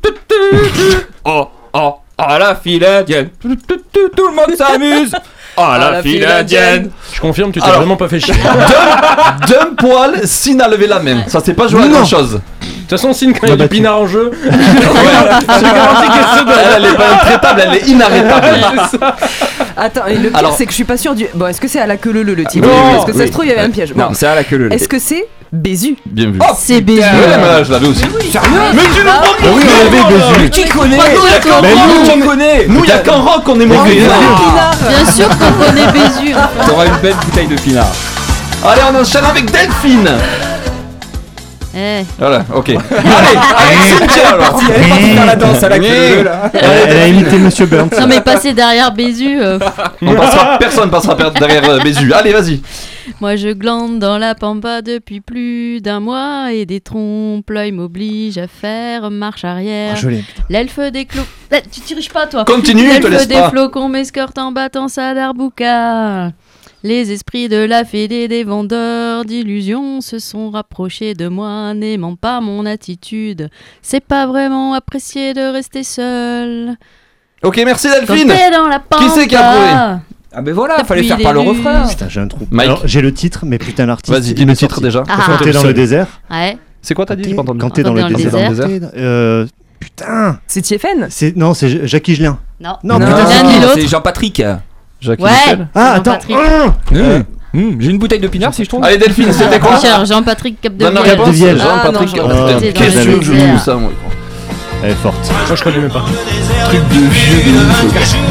Ah, la file indienne. Tout le monde s'amuse. Ah, la file indienne. Je confirme, tu t'es Alors. vraiment pas fait chier. D'un poil, Sin a levé la main. Ça s'est pas joué à Non. grand chose. De toute façon, Sin, quand il y a bah, du pinard en jeu, je garantis qu'elle se donne. Elle est pas intraitable, elle est inarrêtable. C'est ça. Attends, et le pire, Alors- c'est que je suis pas sûr du. Bon, est-ce que c'est à la queue le titre? Non. Parce que ça se trouve, il y avait un piège. Bon. Non, c'est à la queue le lait. Est-ce que c'est Bézu? Bien vu. C'est Bézu. Ouais, mais là, je l'avais aussi. Sérieux? Mais tu le prends Ah oui, on avait Bézu. Mais qui connaît? Mais nous, Qui connaît? Nous, y'a qu'en rock qu'on est mauvais. Bien sûr qu'on connaît Bézu. T'auras une belle bouteille de pinard. Allez, on enchaîne avec Delphine. Eh. Voilà, ok. Allez, avec Cynthia alors. Elle est partie faire la danse à la queue Oui. le lait, là. Elle a imité Monsieur Burns. Non mais passer derrière Bézu. Personne passera derrière Bézu. Allez, vas-y. Moi je glande dans la pampa depuis plus d'un mois et des trompe-l'œil m'obligent à faire marche arrière. Ah, je l'ai. L'elfe des clous. Tu diriges pas toi. Continue, te L'elfe laisse des pas. flocons m'escorte en battant sa darbouka. Les esprits de la fédé des vendeurs d'illusions se sont rapprochés de moi, n'aimant pas mon attitude. C'est pas vraiment apprécié de rester seul. Ok, merci Quand Delphine. t'es dans la pampa. Qui c'est qui a trouvé? Ah ben voilà, Depuis fallait faire les par le lunes. refrain. Putain, j'ai un trou. Mike. Alors, j'ai le titre, mais putain, l'artiste. Vas-y, dis il le est titre sorti. déjà. Ah. Quand t'es dans le désert. Ouais. C'est quoi t'as dit? J'ai pas entendu. Quand t'es dans le désert. Putain. C'est Tiefen? Non, c'est Jackie Gelin. Non. Non, Non, putain, l'un ni l'autre. c'est Jean-Patrick. Jackie Ouais. Michel. Ah, attends. Jean-Patrick. J'ai une bouteille de pinard si je trouve. Allez Delphine, c'était quoi? Cher Jean-Patrick Cap de Donne la Vielle. réponse. Vielle. Jean-Patrick. Ah, non, Oh, putain, j'étais dans qu'est-ce le que je désert. joue ça, moi? Elle est forte. Moi, je connais même pas. Truc de vieux de ouf.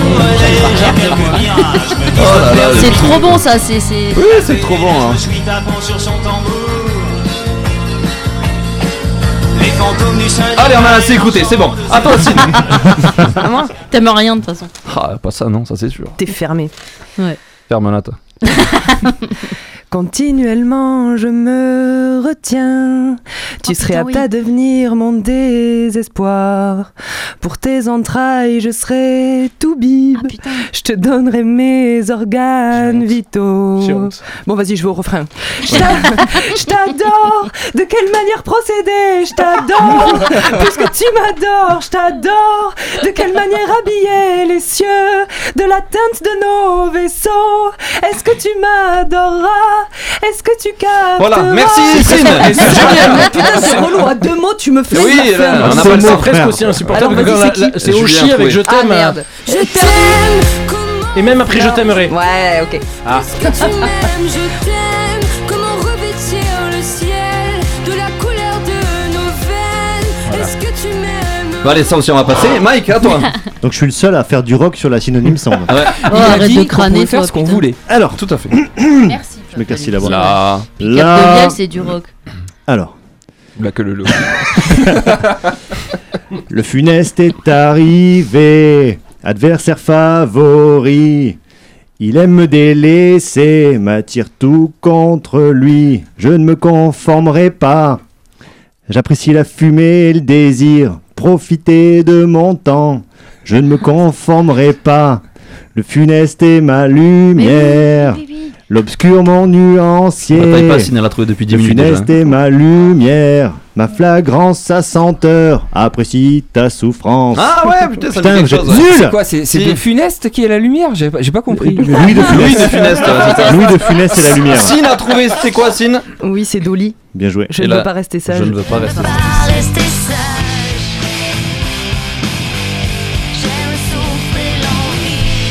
Oh là là. C'est trop bon ça, c'est. Oui, c'est trop bon. Hein. Allez, on a assez écouté, c'est bon. À toi, Sin. T'aimes rien de toute façon. Ah, pas ça, non, ça c'est sûr. T'es fermé. Ouais. Ferme-la, toi. Continuellement je me retiens. Tu serais putain, apte oui. à devenir mon désespoir. Pour tes entrailles je serai tout bib. Ah putain. Je te donnerai mes organes J'ai vitaux. honte. Bon vas-y, je vais au refrain. Je t'adore. De quelle manière procéder? Je t'adore. Puisque tu m'adores, je t'adore. De quelle manière habiller les cieux de la teinte de nos vaisseaux? Est-ce que tu m'adoreras? Est-ce que tu capteras? Voilà, merci, Sin. Génial. Putain, c'est relou. À 2 mots, tu me fais Oui, la là, ferme. on a C'est pas le mon temps. Presque frère. aussi insupportable Alors, que vas-y, quand c'est qui c'est Julien Oshi avec Fouet. Je Ah t'aime. merde. Je t'aime, Et même après Je t'aimerai. Ouais, ok. que tu m'aimes, je t'aime. Comment revêtir le ciel de la couleur de nos veines? Est-ce que tu m'aimes? Bon, allez, ça aussi, on va passer. Mike, à toi. Donc je suis le seul à faire du rock sur la synonyme sound. Ouais, Oh, Il a arrête dit de qu'on crâner pouvait faire toi. ce qu'on putain. voulait. Alors, tout à fait. Merci. je m'éclaircis la voix. Là. Cap de Là. Vielle, c'est du rock. Alors, La queue le loup. le funeste est arrivé, adversaire favori. Il aime me délaisser, m'attire tout contre lui. Je ne me conformerai pas. J'apprécie la fumée et le désir. Profiter de mon temps. Je ne me conformerai pas. Le funeste est ma lumière. L'obscur mon nuancier. On taille pas, Sin, elle l'a trouvé depuis 10 Le minutes déjà. funeste est ma lumière. Ma flagrance, sa senteur. Apprécie ta souffrance. Ah ouais, putain, ça me dit Putain, quelque vous êtes chose. ouais. nuls. C'est quoi? C'est Si. de Funeste qui est la lumière? J'ai pas compris. Louis de Funès. Louis de Funès, toi. Louis de Funès et la lumière. Sin a trouvé, c'est quoi, Sin? Oui, c'est Dolly. Bien joué. Je Et ne là, veux pas rester sage. Je ne veux pas rester. Rester sage. J'aime souffler l'ennui.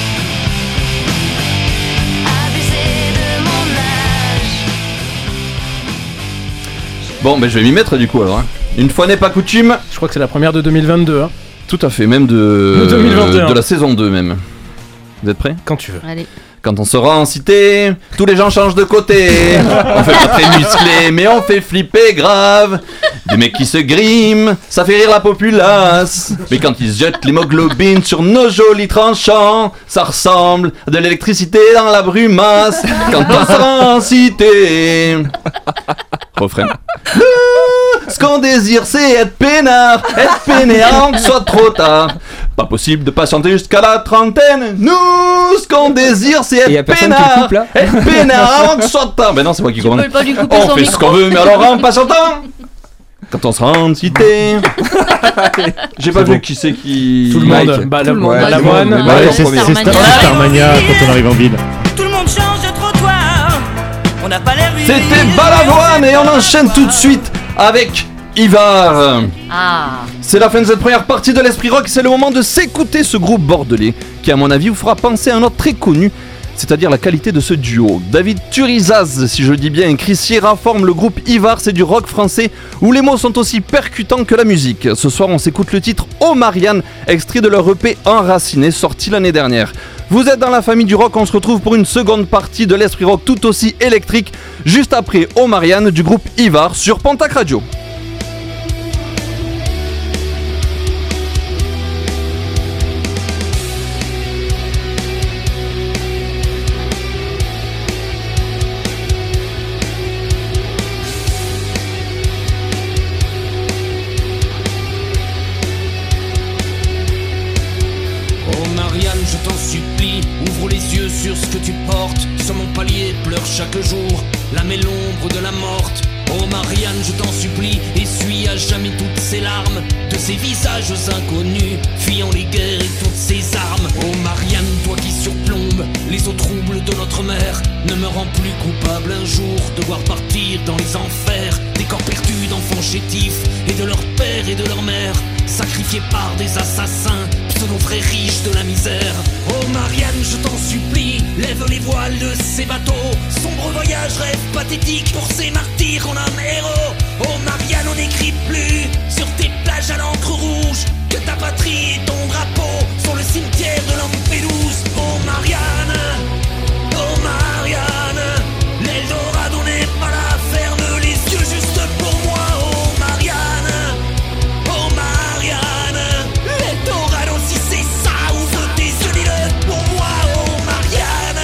Abuser de mon âge. Bon, ben je vais m'y mettre du coup alors. Hein. Une fois n'est pas coutume. Je crois que c'est la première de 2022. Hein. Tout à fait, même de 2021. De la saison 2 même. Vous êtes prêts ? Quand tu veux. Allez. Quand on sera en cité, tous les gens changent de côté. On fait pas très musclé, mais on fait flipper grave. Des mecs qui se griment, ça fait rire la populace. Mais quand ils jettent l'hémoglobine sur nos jolis tranchants, ça ressemble à de l'électricité dans la brumasse. Quand on sera en cité. Refrain. Ce qu'on désire, c'est être peinard, être peinard, que ce soit trop tard. Pas possible de patienter jusqu'à la trentaine. Nous, ce qu'on désire, c'est être peinard, être peinard, que ce soit tard. Ben non, c'est moi qui commande. On fait ce qu'on veut, mais alors en patientant. Quand on sera en cité. J'ai pas vu qui c'est qui. Tout le monde. Bah, tout le monde. La moine. C'est Starmania quand on arrive en ville. Tout le monde change de trottoir. On n'a pas l'air. C'était Balavoine et on enchaîne tout de suite avec Ivar. C'est la fin de cette première partie de l'Esprit Rock. C'est le moment de s'écouter ce groupe bordelais qui, à mon avis, vous fera penser à un autre très connu, c'est-à-dire la qualité de ce duo. David Turizaz, si je le dis bien, et Chris Sierra forment le groupe Ivar. C'est du rock français où les mots sont aussi percutants que la musique. Ce soir, on s'écoute le titre Oh Marianne, extrait de leur EP Enraciné, sorti l'année dernière. Vous êtes dans la famille du rock, on se retrouve pour une seconde partie de l'Esprit Rock tout aussi électrique, juste après Oh Marianne du groupe Ivar sur Pontac Radio. Sur ce que tu portes, sur mon palier pleure chaque jour la l'ombre de la morte. Oh Marianne, je t'en supplie, essuie à jamais toutes ces larmes de ces visages inconnus, fuyant les guerres et toutes ces armes. Oh Marianne, toi qui surplombes les eaux troubles de notre mer, ne me rends plus coupable un jour de voir partir dans les enfers des corps perdus d'enfants chétifs et de leur père et de leur mère, sacrifiés par des assassins, pseudo-frères riches de la misère. Oh Marianne, je t'en supplie, lève les voiles de ces bateaux, sombre voyage, rêve pathétique pour ces martyrs en un héros. Oh Marianne, on n'écrit plus sur tes plages à l'encre rouge que ta patrie et ton drapeau sur le cimetière de Lampedusa. Oh Marianne, l'Eldorado n'est pas là, ferme les yeux juste pour moi. Oh Marianne, l'Eldorado, si c'est ça, ouvre tes yeux, dis-le pour moi. Oh Marianne,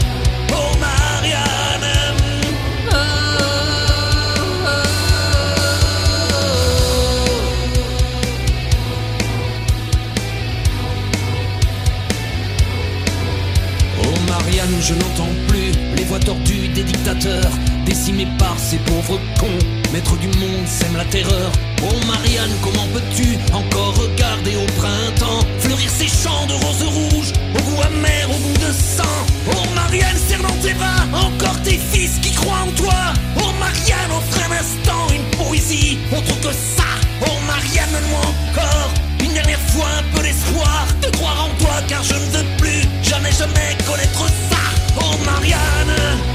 je n'entends plus les voix tordues des dictateurs, décimés par ces pauvres cons. Maître du monde sème la terreur. Oh Marianne, comment peux-tu encore regarder au printemps fleurir ces champs de roses rouges, au goût amer, au goût de sang. Oh Marianne, serre dans tes bras encore tes fils qui croient en toi. Oh Marianne, offre un instant une poésie autre que ça. Oh Marianne, donne-moi encore une dernière fois un peu d'espoir, de croire en toi, car je ne veux plus jamais connaître ça. Oh Marianne,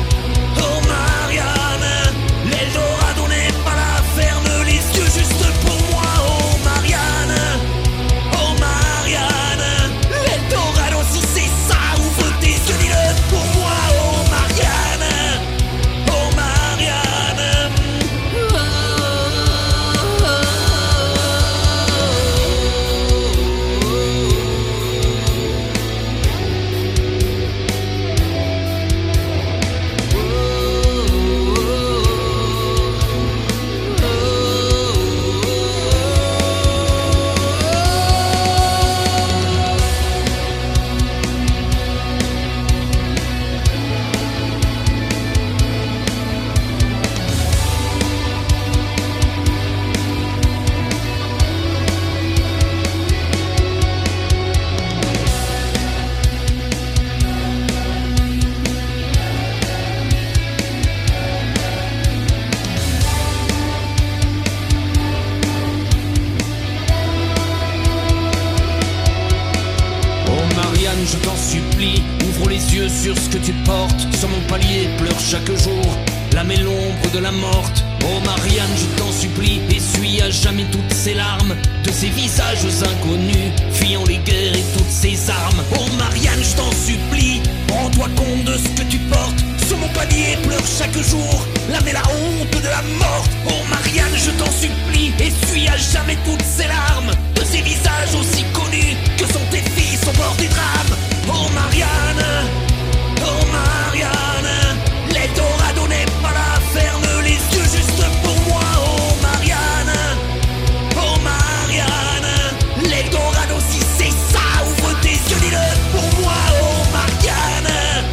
l'Eldorado n'est pas là, ferme les yeux juste pour moi. Oh Marianne, l'Eldorado, si c'est ça, ouvre tes yeux, dis-le pour moi. Oh Marianne, je t'en supplie, ouvre les yeux sur ce que tu portes. Sur mon palier pleure chaque jour l'âme et l'ombre de la morte. Oh Marianne, je t'en supplie, essuie à jamais toutes ces larmes de ces visages inconnus, fuyant les guerres et toutes ces armes. Oh Marianne, je t'en supplie, rends-toi compte de ce que tu portes. Sur mon palier pleure chaque jour l'âme et la honte de la mort. Oh Marianne, je t'en supplie, essuie à jamais toutes ces larmes de ces visages aussi connus que sont tes fils au bord du drame. Oh Marianne, l'Eldorado n'est pas là, ferme les yeux juste pour moi. Oh Marianne, l'Eldorado si c'est ça, ouvre tes yeux, dis-le pour moi. Oh Marianne,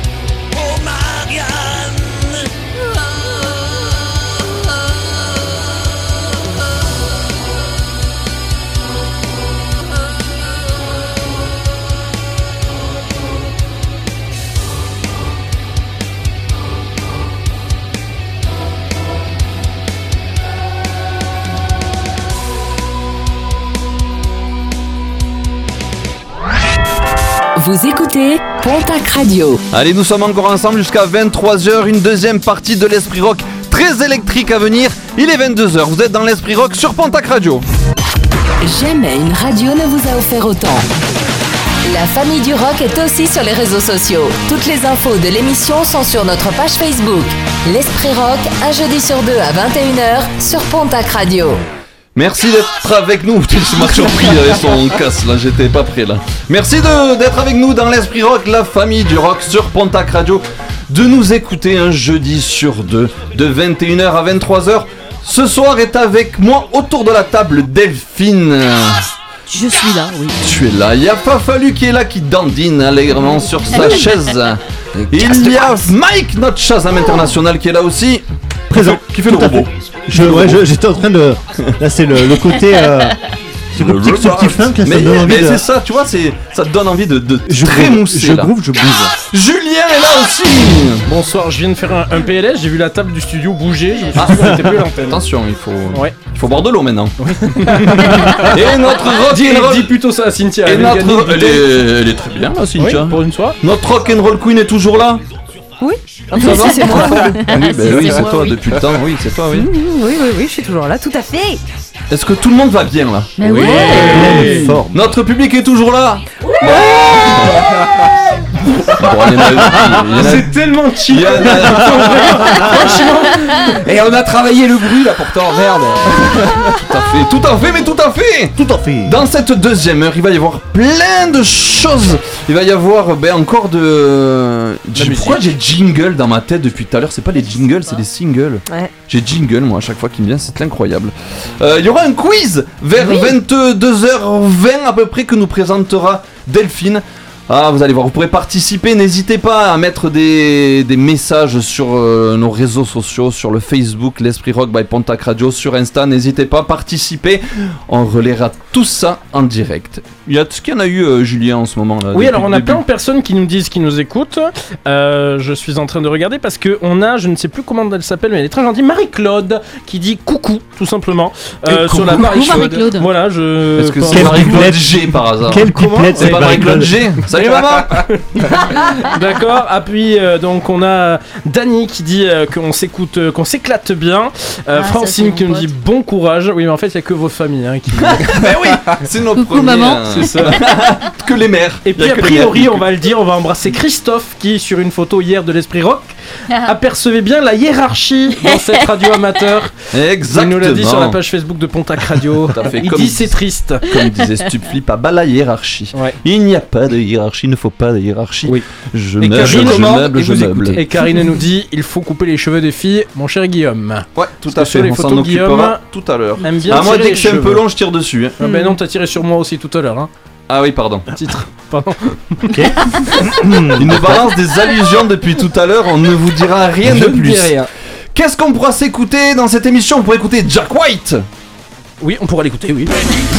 Vous écoutez Pontac Radio. Allez, nous sommes encore ensemble jusqu'à 23h, une deuxième partie de l'Esprit Rock très électrique à venir. Il est 22h, vous êtes dans l'Esprit Rock sur Pontac Radio. Jamais une radio ne vous a offert autant. La famille du rock est aussi sur les réseaux sociaux. Toutes les infos de l'émission sont sur notre page Facebook. L'Esprit Rock, un jeudi sur deux à 21h sur Pontac Radio. Merci d'être avec nous. Tu m'as surpris avec son casse là, j'étais pas prêt là. Merci d'être avec nous dans l'Esprit Rock, la famille du rock sur Pontac Radio. De nous écouter un jeudi sur deux, de 21h à 23h. Ce soir est avec moi autour de la table Delphine. Je suis là, oui. Tu es là. Il y a Fafalu qui est là, qui dandine allègrement sur sa chaise. Il y a Mike, notre Shazam international, qui est là aussi. Présent. Qui fait le robot. J'étais en train de. Là, c'est le côté. Ce petit funk, là, ça me donne envie mais c'est ça, tu vois, ça te donne envie de trémousser. Je groove, je bouge. Julien est là aussi. Bonsoir, je viens de faire un PLS, j'ai vu la table du studio bouger, je me suis dit qu'on était plus à l'antenne. Attention, il faut boire de l'eau maintenant. Oui. Et notre rock'n'roll. Dis plutôt ça à Cynthia. Elle est très bien là, Cynthia. Oui, pour une fois. Notre rock'n'roll queen est toujours là. Oui, ça va, c'est moi. Oui, c'est toi depuis le temps. Oui, c'est toi, oui. Oui, je suis toujours là, tout à fait. Est-ce que tout le monde va bien là? Mais oui. Notre public est toujours là. C'est tellement chill. Et on a travaillé le bruit là pourtant, merde. Tout à fait. Dans cette deuxième heure, il va y avoir plein de choses. Il va y avoir encore de... Pourquoi j'ai jingle dans ma tête depuis tout à l'heure? C'est pas les jingles, c'est les singles. Ouais. J'ai jingle moi à chaque fois qui me vient, c'est incroyable. Il y aura un quiz vers 22h20 à peu près que nous présentera Delphine. Ah, vous allez voir, vous pourrez participer, n'hésitez pas à mettre des messages sur nos réseaux sociaux, sur le Facebook, l'Esprit Rock by Pontac Radio, sur Insta, n'hésitez pas à participer, on relaiera tout ça en direct. Est-ce qu'il y en a eu, Julien, en ce moment là? Oui, alors on a plein de personnes qui nous disent qu'ils nous écoutent, je suis en train de regarder parce qu'on a, je ne sais plus comment elle s'appelle, mais elle est très gentille, Marie-Claude, qui dit coucou, tout simplement, sur la Marie-Claude. Voilà, Est-ce que c'est Marie-Claude G par hasard? Quelle pipelette, c'est pas Marie-Claude G? Salut maman. D'accord, puis donc on a Dany qui dit qu'on s'écoute, qu'on s'éclate bien, Francine qui nous dit bon courage. Oui, mais en fait il n'y a que vos familles qui... Mais oui, c'est nos coucou maman. C'est ça. Que les mères. Et puis a priori on va le dire, on va embrasser Christophe qui sur une photo hier de l'Esprit Rock apercevait bien la hiérarchie dans cette radio amateur. Exactement. Il nous l'a dit sur la page Facebook de Pontac Radio. Il dit c'est triste. Comme disait Stupflip, à bas la hiérarchie. Ouais. Il n'y a pas de hiérarchie, il ne faut pas de hiérarchie. Oui. Je meuble. Et Karine nous dit il faut couper les cheveux des filles, mon cher Guillaume. Ouais, tout à fait. Les on s'en photos Guillaume occupera tout à l'heure. Moi dès que c'est un peu long, je tire dessus. Ah ben non, t'as tiré sur moi aussi tout à l'heure. Hein. Ah oui, pardon. Titre. Pardon. Ok. Il nous balance des allusions depuis tout à l'heure, on ne vous dira rien de plus. Rien. Qu'est-ce qu'on pourra s'écouter dans cette émission? On pourra écouter Jack White. Oui, on pourra l'écouter, oui.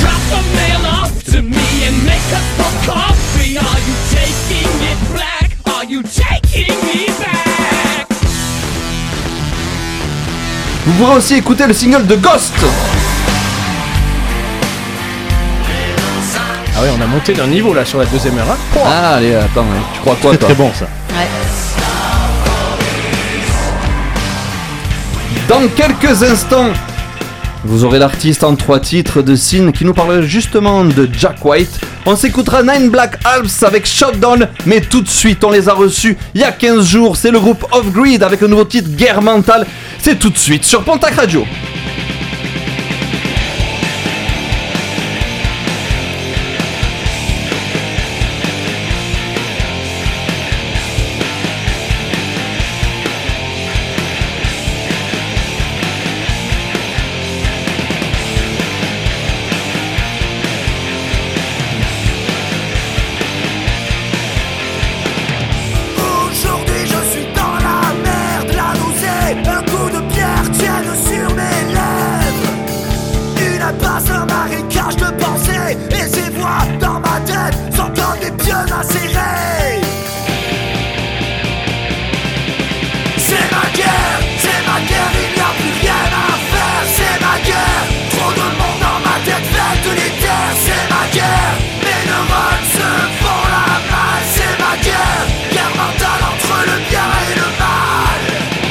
Vous pourrez aussi écouter le single de Ghost. Ah ouais, on a monté d'un niveau là sur la deuxième heure. Hein. Ah allez, attends, tu crois quoi toi? Très bon ça. Ouais. Dans quelques instants, vous aurez l'artiste en 3 titres de Sin qui nous parle justement de Jack White. On s'écoutera Nine Black Alps avec Shutdown, mais tout de suite on les a reçus il y a 15 jours. C'est le groupe Off Grid avec un nouveau titre Guerre Mentale. C'est tout de suite sur Pontac Radio. Aujourd'hui je suis dans la merde, la nausée, un coup de pierre tienne sur mes lèvres. Une impasse, un marécage de pensées, et ces voix dans ma tête s'entendent des pieux macérés. C'est ma guerre, il n'y a plus rien à faire. C'est ma guerre, trop de monde dans ma tête fait de l'éther. C'est ma guerre, mes neurones se font la malle. C'est ma guerre, guerre mentale entre le bien et le mal.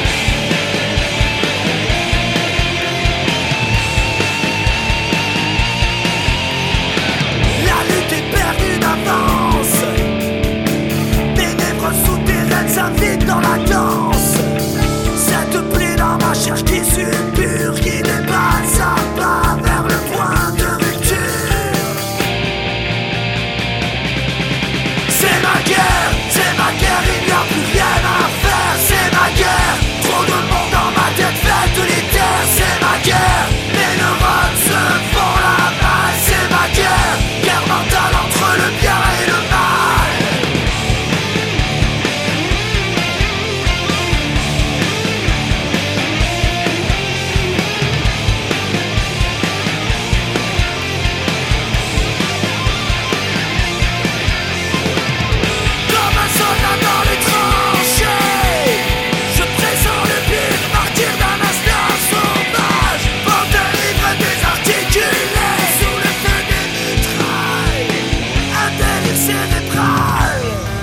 La lutte est perdue d'avance. Ténèbres souterraines s'invitent dans la danse. Cette plaie dans ma chair qui suppure, qui dépasse à pas vers le point de rupture. C'est ma guerre, il n'y a plus rien à faire. C'est ma guerre, trop de monde dans ma tête fait de l'éther. C'est ma guerre, mes neurones se font la malle. C'est ma guerre, guerre mentale entre le bien et le mal. Comme un soldat dans les tranchées, je pressens le pire, martyr d'un instinct sauvage. Porteur ivre désarticulé, sous le feu des mitrailles, un délire cérébral.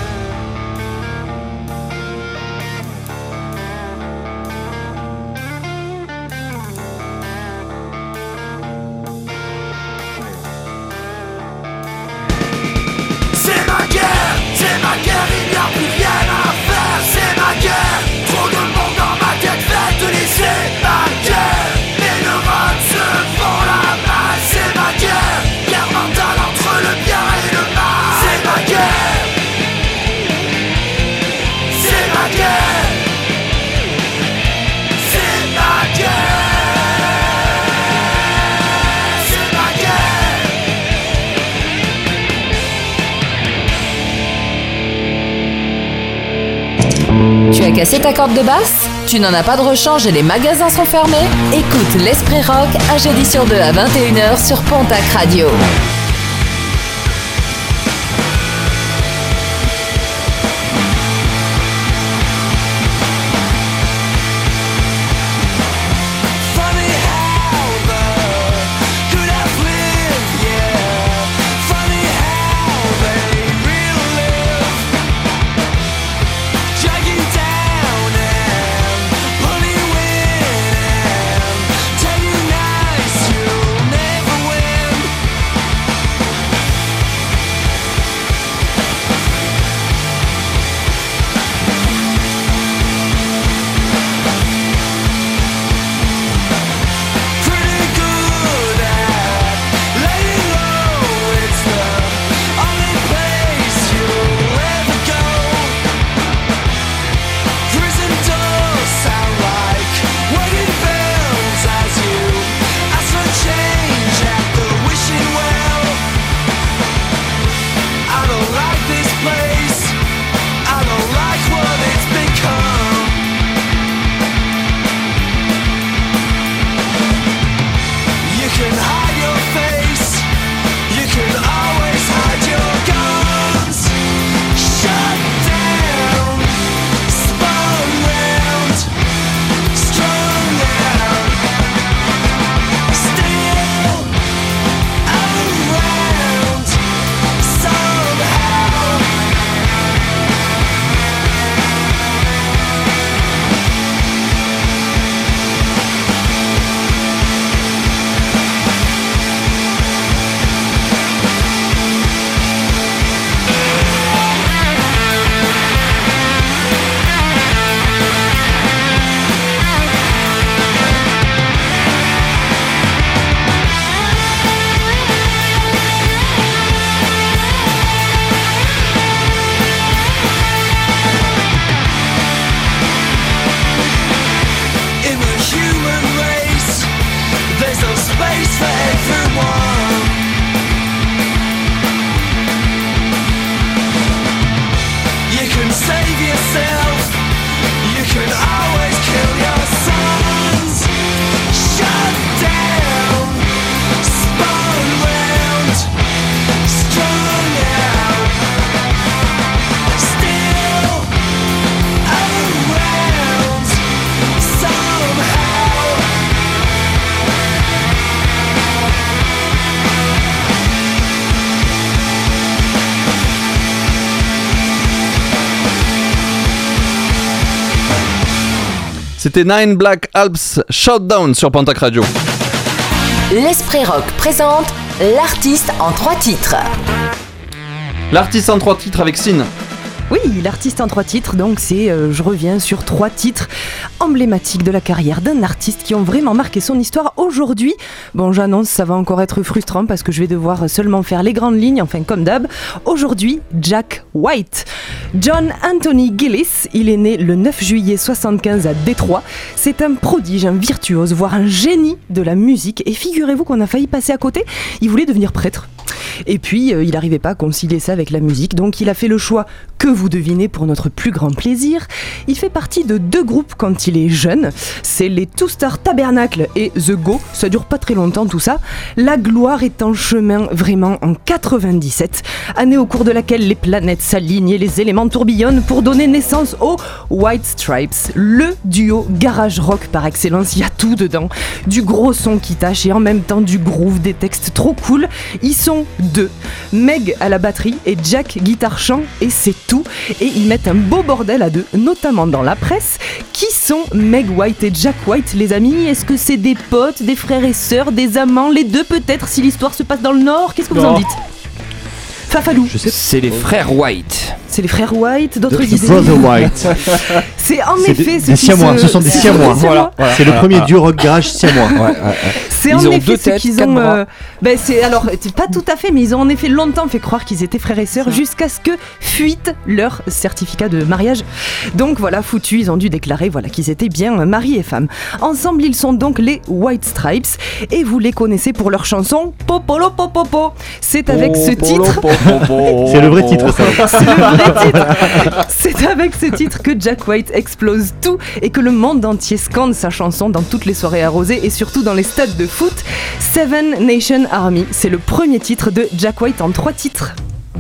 C'est ma guerre, il n'y a plus rien à faire. C'est ma guerre, trop de monde dans ma tête fait de laisser. Ma guerre, mes neurones se font la malle. C'est ma guerre, guerre mentale entre le bien et le mal. C'est ma guerre, c'est ma guerre, c'est ma guerre, c'est ma guerre. Tu as cassé ta corde de basse? Tu n'en as pas de rechange et les magasins sont fermés? Écoute l'Esprit Rock un jeudi sur 2 à 21h sur Pontac Radio. Funny how the good have lived, yeah. Funny how they really live. Dragging down and pulling win and telling lies you'll never win. C'était Nine Black Alps Shutdown sur Pontac Radio. L'Esprit Rock présente l'artiste en 3 titres. L'artiste en 3 titres avec Sin. Oui, l'artiste en 3 titres, donc je reviens sur 3 titres emblématiques de la carrière d'un artiste qui ont vraiment marqué son histoire aujourd'hui. Bon, j'annonce, ça va encore être frustrant parce que je vais devoir seulement faire les grandes lignes, enfin comme d'hab. Aujourd'hui, Jack White. John Anthony Gillis, il est né le 9 juillet 75 à Détroit. C'est un prodige, un virtuose, voire un génie de la musique. Et figurez-vous qu'on a failli passer à côté, il voulait devenir prêtre. Et puis, il n'arrivait pas à concilier ça avec la musique, donc il a fait le choix que vous devinez pour notre plus grand plaisir. Il fait partie de 2 groupes quand il est jeune, c'est les Two Star Tabernacle et The Go, ça dure pas très longtemps tout ça. La gloire est en chemin vraiment en 97, année au cours de laquelle les planètes s'alignent et les éléments tourbillonnent pour donner naissance aux White Stripes, le duo garage rock par excellence. Il y a tout dedans, du gros son qui tâche et en même temps du groove, des textes trop cool. Ils sont 2, Meg à la batterie et Jack guitare chant, et c'est tout. Et ils mettent un beau bordel à 2, notamment dans la presse. Qui sont Meg White et Jack White, les amis? Est-ce que c'est des potes, des frères et sœurs, des amants, les deux peut-être si l'histoire se passe dans le Nord? Qu'est-ce que vous en dites? Fafalou. C'est les frères White. C'est les frères White, d'autres The idées. Brother White. C'est en effet des siamois. Ce sont des siamois. Voilà. C'est le premier duo rock garage siamois. C'est en effet ce qu'ils ont. C'est pas tout à fait, mais ils ont en effet longtemps fait croire qu'ils étaient frères et sœurs jusqu'à ce que fuite leur certificat de mariage. Donc voilà, foutu, ils ont dû déclarer qu'ils étaient bien mari et femme. Ensemble, ils sont donc les White Stripes et vous les connaissez pour leur chanson Popolo Popopo. C'est avec ce titre. C'est le vrai titre, ça. C'est le vrai titre. C'est avec ce titre que Jack White explose tout et que le monde entier scande sa chanson dans toutes les soirées arrosées et surtout dans les stades de foot. Seven Nation Army, c'est le premier titre de Jack White en 3 titres.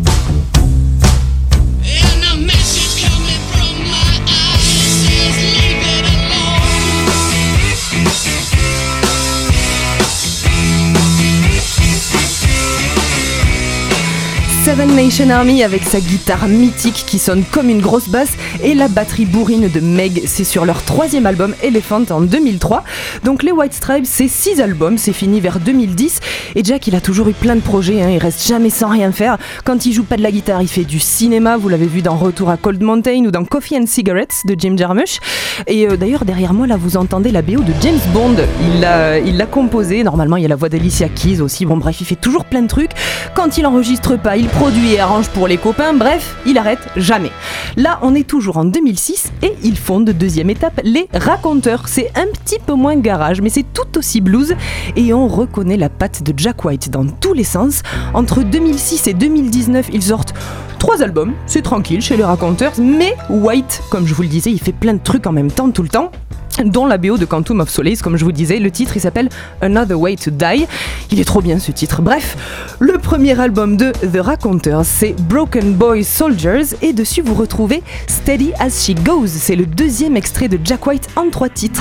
Seven Nation Army avec sa guitare mythique qui sonne comme une grosse basse et la batterie bourrine de Meg, c'est sur leur 3e album Elephant en 2003. Donc les White Stripes, c'est 6 albums, c'est fini vers 2010 et Jack il a toujours eu plein de projets, il reste jamais sans rien faire. Quand il joue pas de la guitare, il fait du cinéma, vous l'avez vu dans Retour à Cold Mountain ou dans Coffee and Cigarettes de Jim Jarmusch. Et d'ailleurs derrière moi là vous entendez la BO de James Bond, il l'a composé, normalement il y a la voix d'Alicia Keys aussi, bon bref il fait toujours plein de trucs. Quand il enregistre pas, il produit et arrange pour les copains, bref, il arrête jamais. Là, on est toujours en 2006 et il fonde 2e étape, les Raconteurs. C'est un petit peu moins garage, mais c'est tout aussi blues et on reconnaît la patte de Jack White dans tous les sens. Entre 2006 et 2019, ils sortent 3 albums, c'est tranquille chez les Raconteurs, mais White, comme je vous le disais, il fait plein de trucs en même temps, tout le temps, dont la BO de Quantum of Solace, comme je vous disais. Le titre il s'appelle Another Way to Die, il est trop bien ce titre. Bref, le premier album de The Raconteurs c'est Broken Boy Soldiers et dessus vous retrouvez Steady As She Goes, c'est le 2e extrait de Jack White en 3 titres.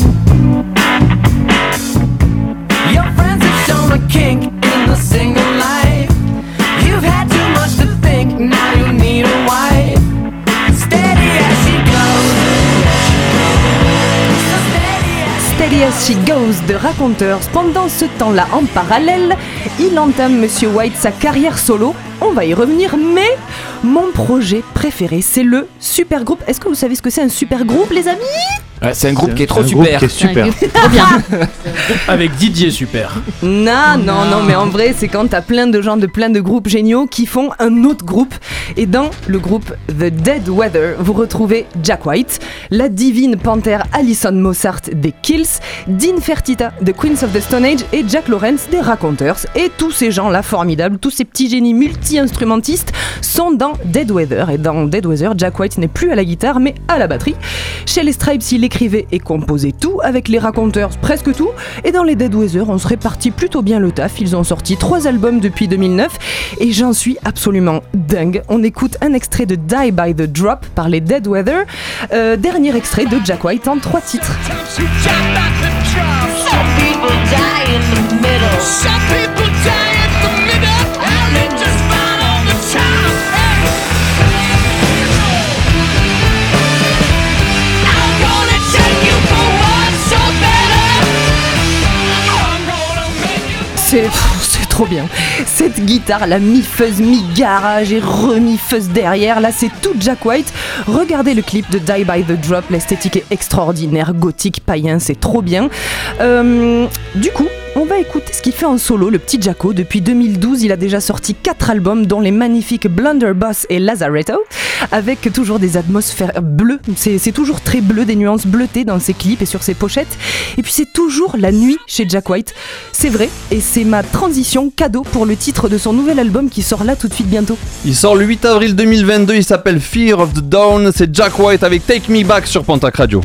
Your friends have shown a kink in the single life. You've had too much to think, now you need a wife. Steady as she goes. Steady As She Goes de Raconteurs. Pendant ce temps-là, en parallèle, il entame Monsieur White sa carrière solo. On va y revenir, mais mon projet préféré, c'est le supergroupe. Est-ce que vous savez ce que c'est un supergroupe, les amis? C'est un groupe qui est trop super. Trop bien. Avec Didier Super. Non, mais en vrai, c'est quand t'as plein de gens de plein de groupes géniaux qui font un autre groupe. Et dans le groupe The Dead Weather, vous retrouvez Jack White, la divine panthère Alison Mossart des Kills, Dean Fertita de Queens of the Stone Age et Jack Lawrence des Raconteurs. Et tous ces gens-là formidables, tous ces petits génies multi-instrumentistes sont dans Dead Weather. Et dans Dead Weather, Jack White n'est plus à la guitare mais à la batterie. Chez les Stripes, il écrivait et composait tout, avec les Raconteurs presque tout, et dans les Dead Weather on se répartit plutôt bien le taf. Ils ont sorti 3 albums depuis 2009 et j'en suis absolument dingue. On écoute un extrait de Die by the Drop par les Dead Weather, dernier extrait de Jack White en 3 titres. I'm gonna take you trop bien. Cette guitare, la mi-fuzz, mi-garage et re-mi-fuzz derrière, là c'est tout Jack White. Regardez le clip de Die by the Drop, l'esthétique est extraordinaire, gothique, païen, c'est trop bien. Du coup, on va écouter ce qu'il fait en solo, le petit Jacko. Depuis 2012, il a déjà sorti 4 albums, dont les magnifiques Blunderbuss et Lazaretto, avec toujours des atmosphères bleues. C'est toujours très bleu, des nuances bleutées dans ses clips et sur ses pochettes. Et puis c'est toujours la nuit chez Jack White. C'est vrai, et c'est ma transition cadeau pour le titre de son nouvel album qui sort là tout de suite bientôt. Il sort le 8 avril 2022, il s'appelle Fear of the Dawn. C'est Jack White avec Take Me Back sur Pontac Radio.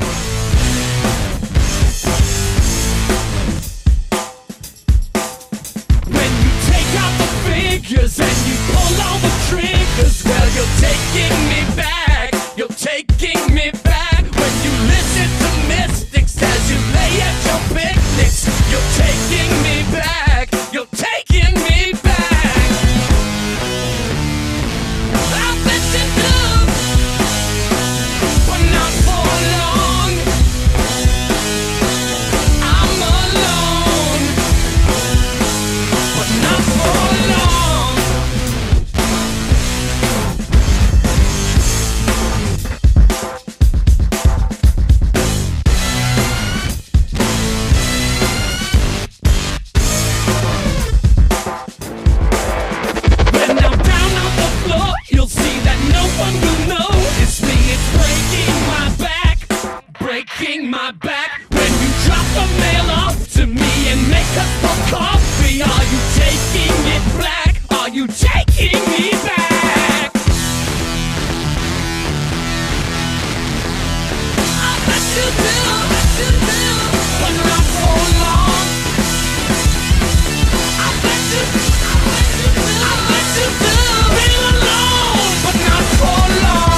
And you pull all the triggers, well, you're taking me back. You're taking me back. When you listen to mystics as you lay at your picnics, you're taking me back. You're taking me back. I bet you do, but not for long. I'm alone, but not for long. My back when you drop the mail off to me and make us for coffee. Are you taking it black? Are you taking me back? I bet you do, but not for long. I bet you do, feel alone, but not for long.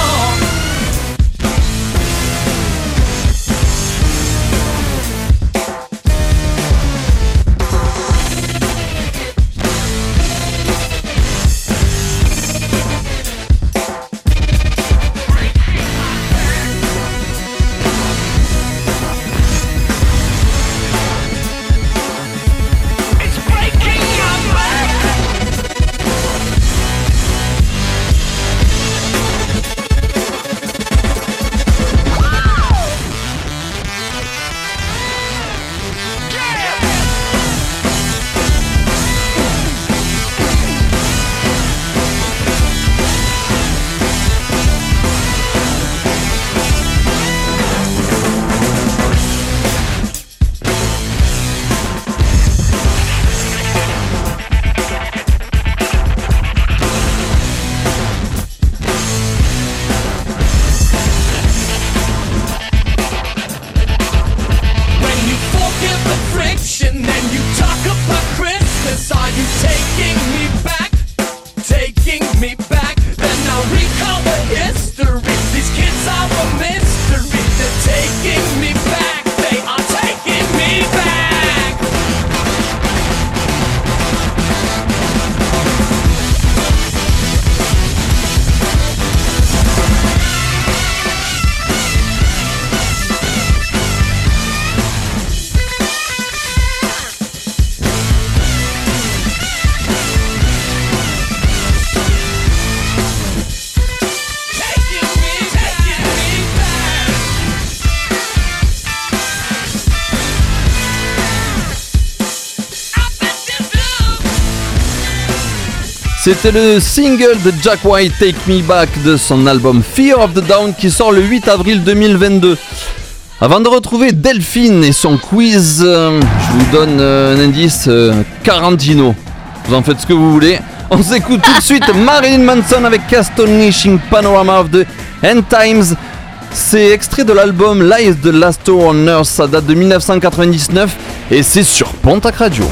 C'était le single de Jack White, Take Me Back, de son album Fear of the Dawn qui sort le 8 avril 2022. Avant de retrouver Delphine et son quiz, je vous donne un indice, Carantino. Vous en faites ce que vous voulez. On s'écoute tout de suite Marilyn Manson avec Astonishing Panorama of the End Times. C'est extrait de l'album Lies the Last Tour on Earth, ça date de 1999 et c'est sur Pontac Radio.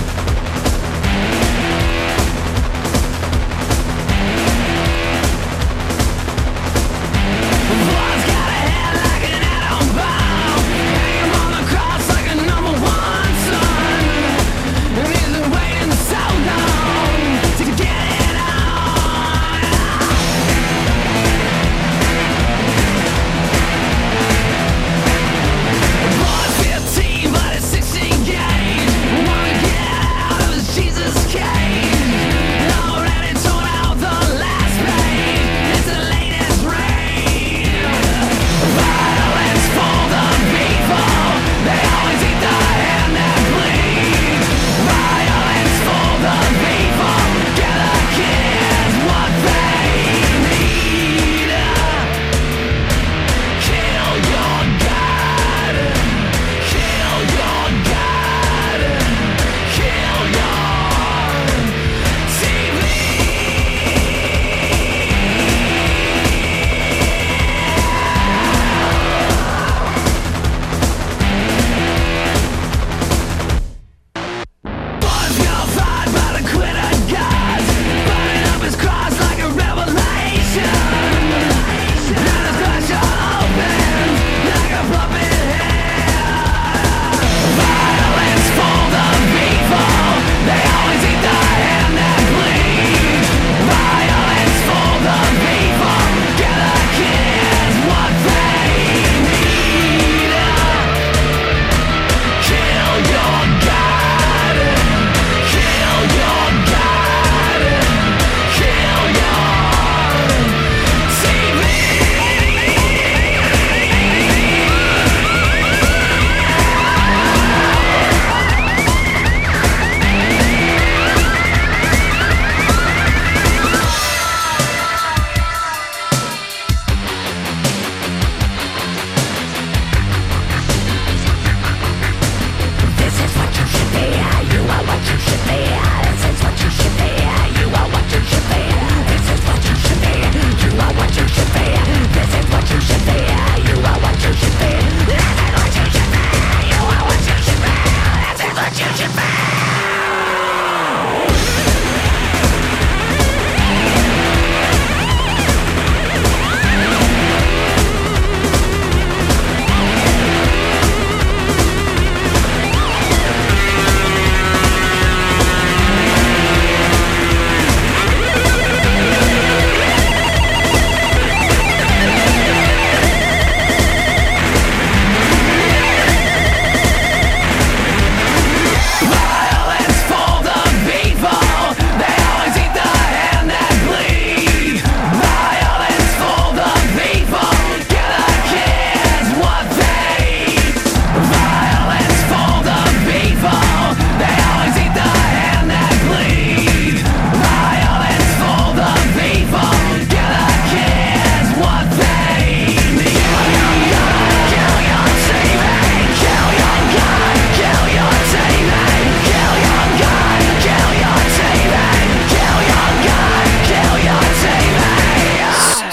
But it's 16 gauge, wanna get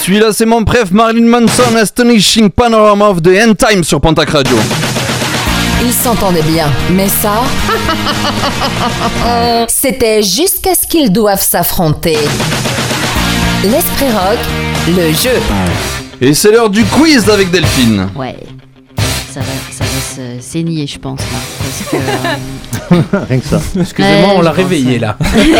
Celui-là, c'est mon préf, Marilyn Manson, Astonishing Panorama of the End Time sur Pontac Radio. Ils s'entendaient bien, mais ça, c'était jusqu'à ce qu'ils doivent s'affronter. L'Esprit Rock, le jeu. Et c'est l'heure du quiz avec Delphine. Ouais. Ça va se saigner, je pense. Là, parce que, rien que ça. Excusez-moi, on l'a réveillé là.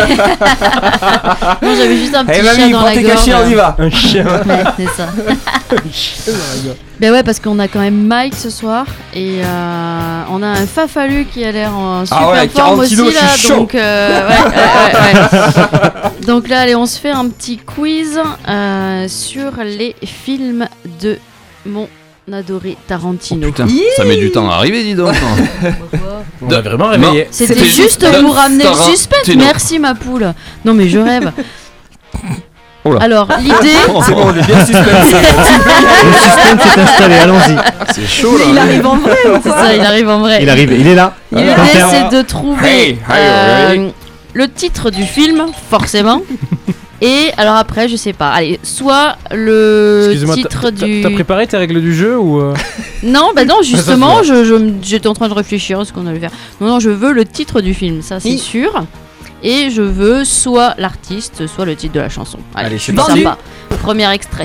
Non, j'avais juste un petit chien dans la gorge. On y va. Un chien. Ouais, c'est ça. Ben ouais, parce qu'on a quand même Mike ce soir et on a un Fafalu qui a l'air en super forme aussi kilos, là. je suis chaud. Donc donc là, allez, on se fait un petit quiz sur les films de mon adoré Tarantino. Putain, ça met du temps à arriver, dis donc. On a vraiment réveillé. C'était juste pour ramener le suspense. Merci ma poule. Non mais je rêve. Oh là. Alors l'idée. C'est bon, on est bien suspense. Le suspense est installé, allons-y. C'est chaud là. Il arrive en vrai ou C'est quoi ça, il arrive en vrai. Il arrive, il est là. L'idée c'est de trouver le titre du film, forcément. Et alors après, je sais pas. Allez, soit le titre du. T'as préparé tes règles du jeu ou Non, bah non, justement, j'étais en train de réfléchir à ce qu'on allait faire. Non, je veux le titre du film, ça c'est sûr. Et je veux soit l'artiste, soit le titre de la chanson. Allez, c'est sympa. Premier extrait.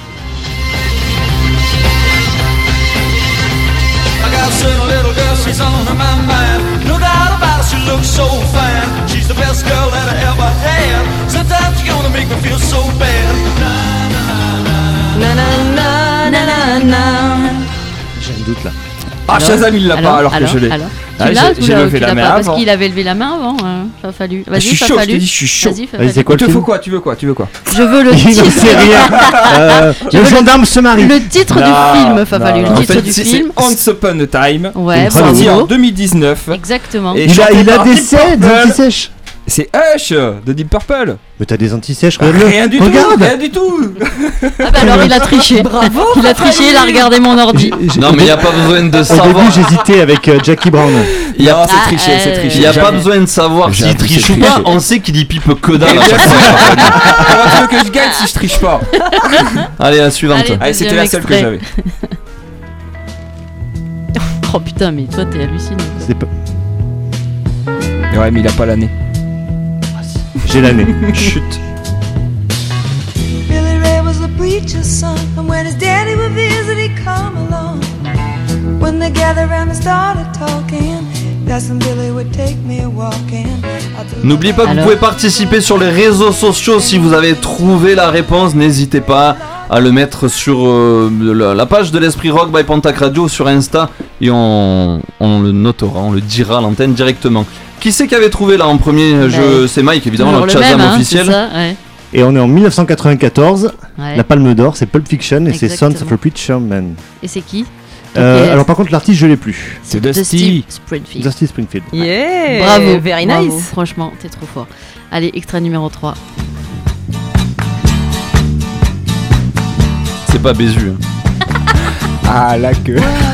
I got a certain little girl, she's on my mind. No doubt about it, she looks so fine. She's the best girl that I ever had. Sometimes you're gonna make me feel so bad. Na na na na na na. J'ai un doute là. Ah, Shazam il l'a pas alors que je l'ai. Tu l'as ou j'ai levé la main pas parce avant. qu'il avait levé la main avant. Pas fallu. Vas-y, Je suis chaud, je te dis, je suis chaud. Vas-y, c'est quoi le Tu veux film quoi? Tu veux quoi? Tu veux quoi? Je veux le Il titre. ne sait rien. Le gendarme se marie. Le titre du film, Fafalu. Le titre du c'est film. Once Upon a Time. Ouais, sorti en bravo. 2019. Exactement. Et Il a chanté par des Deep Purple. antisèches. C'est Hush de Deep Purple. Mais t'as des antisèches, regarde-le. Rien du tout, Regarde. rien du tout. Ah bah alors il a triché. Bravo. Il a triché, il a regardé mon ordi. Non, mais il n'y a pas besoin de Au savoir. début, j'hésitais avec Jackie Brown. Non, c'est triché, c'est triché. Il n'y a pas Jamais. besoin de savoir s'il Jamais, triche c'est ou pas. triché. On sait qu'il y pipe que Et dalle à bien chaque sûr. fois. Comment tu veux que je gagne si je triche pas? Allez, la suivante. Allez, c'était la seule que extrait. j'avais. Oh putain, mais toi t'es halluciné. C'est pas... Ouais, mais il a pas l'année. J'ai l'année. Chut. Billy Ray was the preacher's son, and when his daddy would visit, he'd come along. When they gathered around and started talking, that's when Billy would take me walking. N'oubliez pas que vous pouvez participer sur les réseaux sociaux. Si vous avez trouvé la réponse, n'hésitez pas à le mettre sur la page de l'Esprit Rock by Pontac Radio sur Insta et on le notera, on le dira à l'antenne directement. Qui c'est qui avait trouvé là en premier jeu? C'est Mike évidemment, Toujours notre le Shazam même, officiel. c'est ça, ouais. Et on est en 1994. Ouais. La Palme d'Or, c'est Pulp Fiction et c'est Sons Exactement. of a Preacher Man. Et c'est qui? Alors par contre l'artiste je l'ai plus. C'est Dusty Springfield. Dusty Springfield. Yeah. Bravo, Very bravo. nice. Franchement, t'es trop fort. Allez, extrait numéro 3. C'est pas Bézu. Ah, la queue.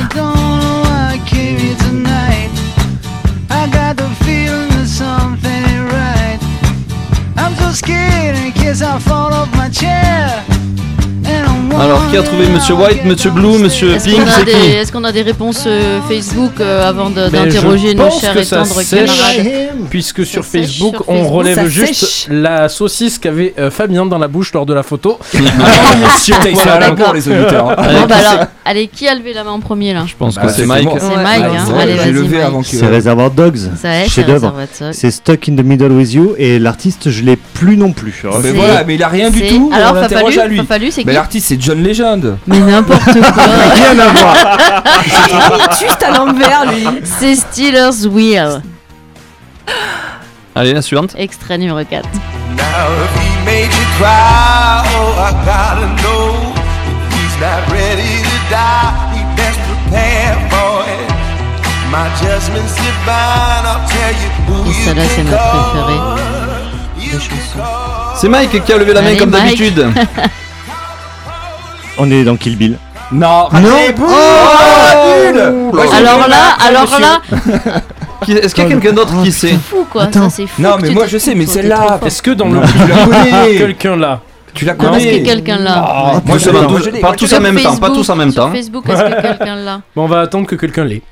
Alors qui a trouvé Monsieur White, Monsieur Blue, Monsieur Pink? C'est qui? Est-ce qu'on a des réponses Facebook avant d'interroger nos chers et tendres camarades? Puisque sur Ça sèche Facebook, sur on Facebook, relève ça juste sèche. la saucisse qu'avait Fabien dans la bouche lors de la photo. Putain, ils sont à la bourre, les auditeurs. hein. Bon bah alors, allez, qui a levé la main en premier là? Je pense Bah, que c'est c'est Mike. moi. C'est Ouais, Mike, ouais, hein. ouais, Allez, J'ai vas-y, levé Mike. avant que. C'est Reservoir Dogs. Ça est, Chef d'œuvre. ça. C'est Stuck in the Middle with You et l'artiste je l'ai plus non plus. Alors, Mais C'est- voilà, mais il a rien du C'est- tout. Alors, on l'interroge à lui. Fafalu, c'est Mais qui? l'artiste, c'est John Legend. Mais n'importe quoi. Rien à voir. Juste à l'envers, lui. C'est Steelers Wheel. Allez, la suivante. Extrait numéro 4. Now if he made you cry, oh I gotta know. If he's not ready to die, he best prepare for it. My judgment's divine, I'll tell you who Et you celle-là, c'est can ma call. préférée You de can chanson. call. C'est Mike qui a levé la main Allez, comme Mike. d'habitude. On est dans Kill Bill. Non, Non. bouh, nul. Alors là, Est-ce qu'il y a quelqu'un d'autre qui sait? fou quoi. Attends. Ça c'est fou. Non, que mais tu moi t'es je sais, fou, mais toi, celle-là. t'es trop fort. Est-ce que dans le Non, tu la connais. quelqu'un là Tu la Non, est-ce connais? que quelqu'un l'a? Moi, Moi, je l'ai. pas tous en même temps, pas tous en même Sur temps. Facebook, est-ce que quelqu'un l'a? Bon, on va attendre que quelqu'un l'ait.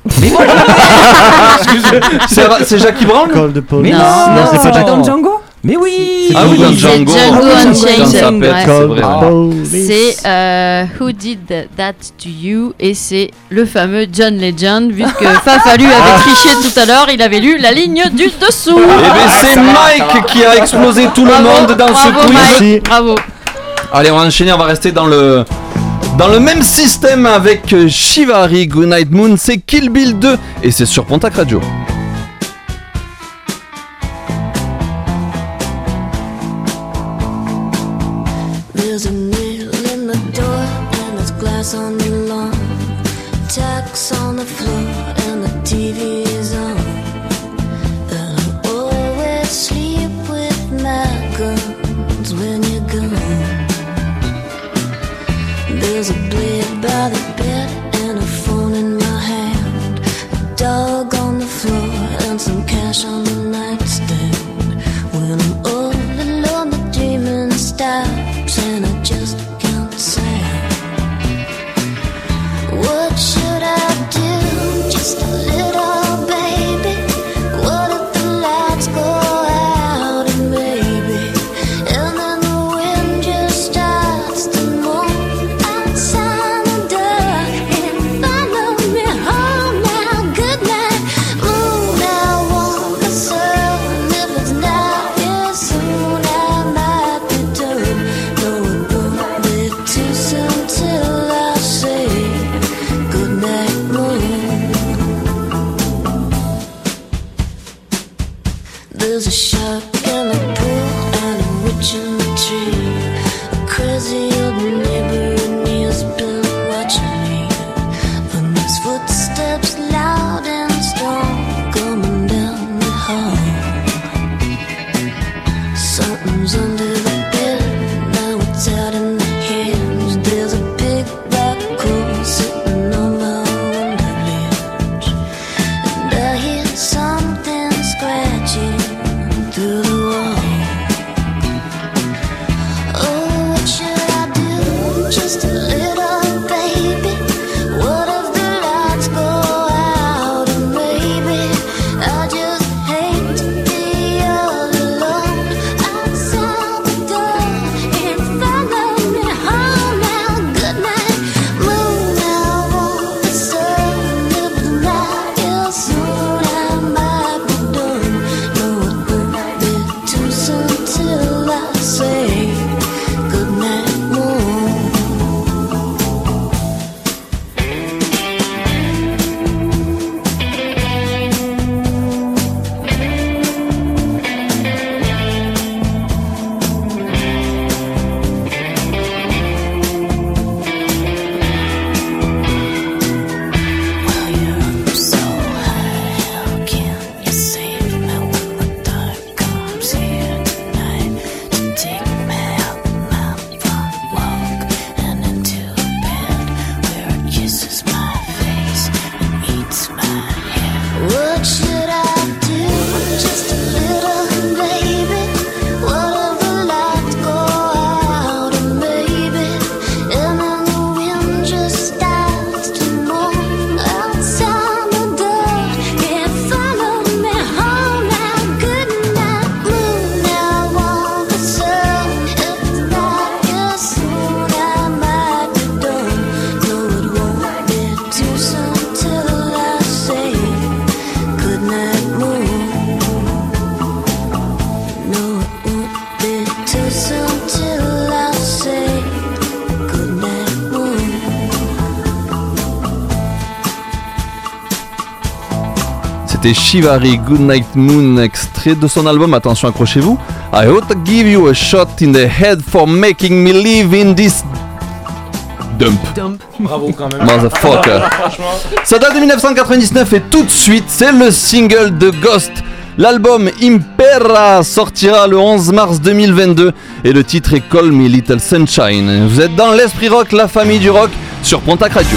C'est Jackie Brown? Call the police. Mais Non, non, C'est pas Jack dans Django? Mais oui. Ah oui, dans C'est Django. Django Unchained. Ça pète, Ouais. c'est vrai. C'est Who Did That to You et c'est le fameux John Legend, vu que Fafalu avait triché tout à l'heure, il avait lu la ligne du dessous. Eh ben c'est Mike qui a explosé tout le monde dans ce Bravo, quiz. Mike, bravo. Allez, on va enchaîner, on va rester dans le même système avec Shivari Goodnight Moon, c'est Kill Bill 2 et c'est sur Pontac Radio. There's a nail in the door and there's glass on the lawn. Tacks on the floor and the TV is on. And I always sleep with my guns when you're gone. There's a blade by the bed and a phone in my hand. A dog on the floor and some cash on the nightstand. When I'm all alone, the dreaming stops and I just can't sound. What should I do? Just a little baby. What if the lights go out and maybe, and then the wind just starts to moan outside the door and follow me home now. Good night, moon. I want the sun. If it's not here soon, I might be done. No, it won't be too soon till I say good night, moon. There's a shark in the pool and a witch in the tree. A crazy old neighbor and he has been watching me. And his footsteps loud and strong coming down the hall. Something's under the bed, now it's out in the hinge. There's a big black hole sitting on my window ledge. And I hear something scratching through the wall. Oh, what should I do? Just a little baby. What if the lights go out and maybe I just hate to be all alone outside the door and follow me home now. Good night, moon. I want the sun. If it's not here soon, I might be done. No, it won't be too soon till I say good night, moon. Well, you're up so high, how can you save me when the dark comes here tonight to take me out my front walk and into a bed where it kisses my face and eats my head? What should I do? Just a little baby. What if the lights go out and maybe, and then the wind just starts to moan outside the door? Can't follow me home now. Good night, moon. I want the sun. If it's not here soon, I might be done. No, it won't be too soon till I say good night, moon. No, it won't be too soon till I say good night, moon. C'était Shivari Goodnight Moon, extrait de son album, attention accrochez-vous, I ought to give you a shot in the head for making me live in this dump. Bravo quand même. Motherfucker. Franchement. Ça date de 1999 et tout de suite, c'est le single de Ghost. L'album Impera sortira le 11 mars 2022 et le titre est Call Me Little Sunshine. Vous êtes dans l'Esprit Rock, la famille du rock, sur Pontac Radio.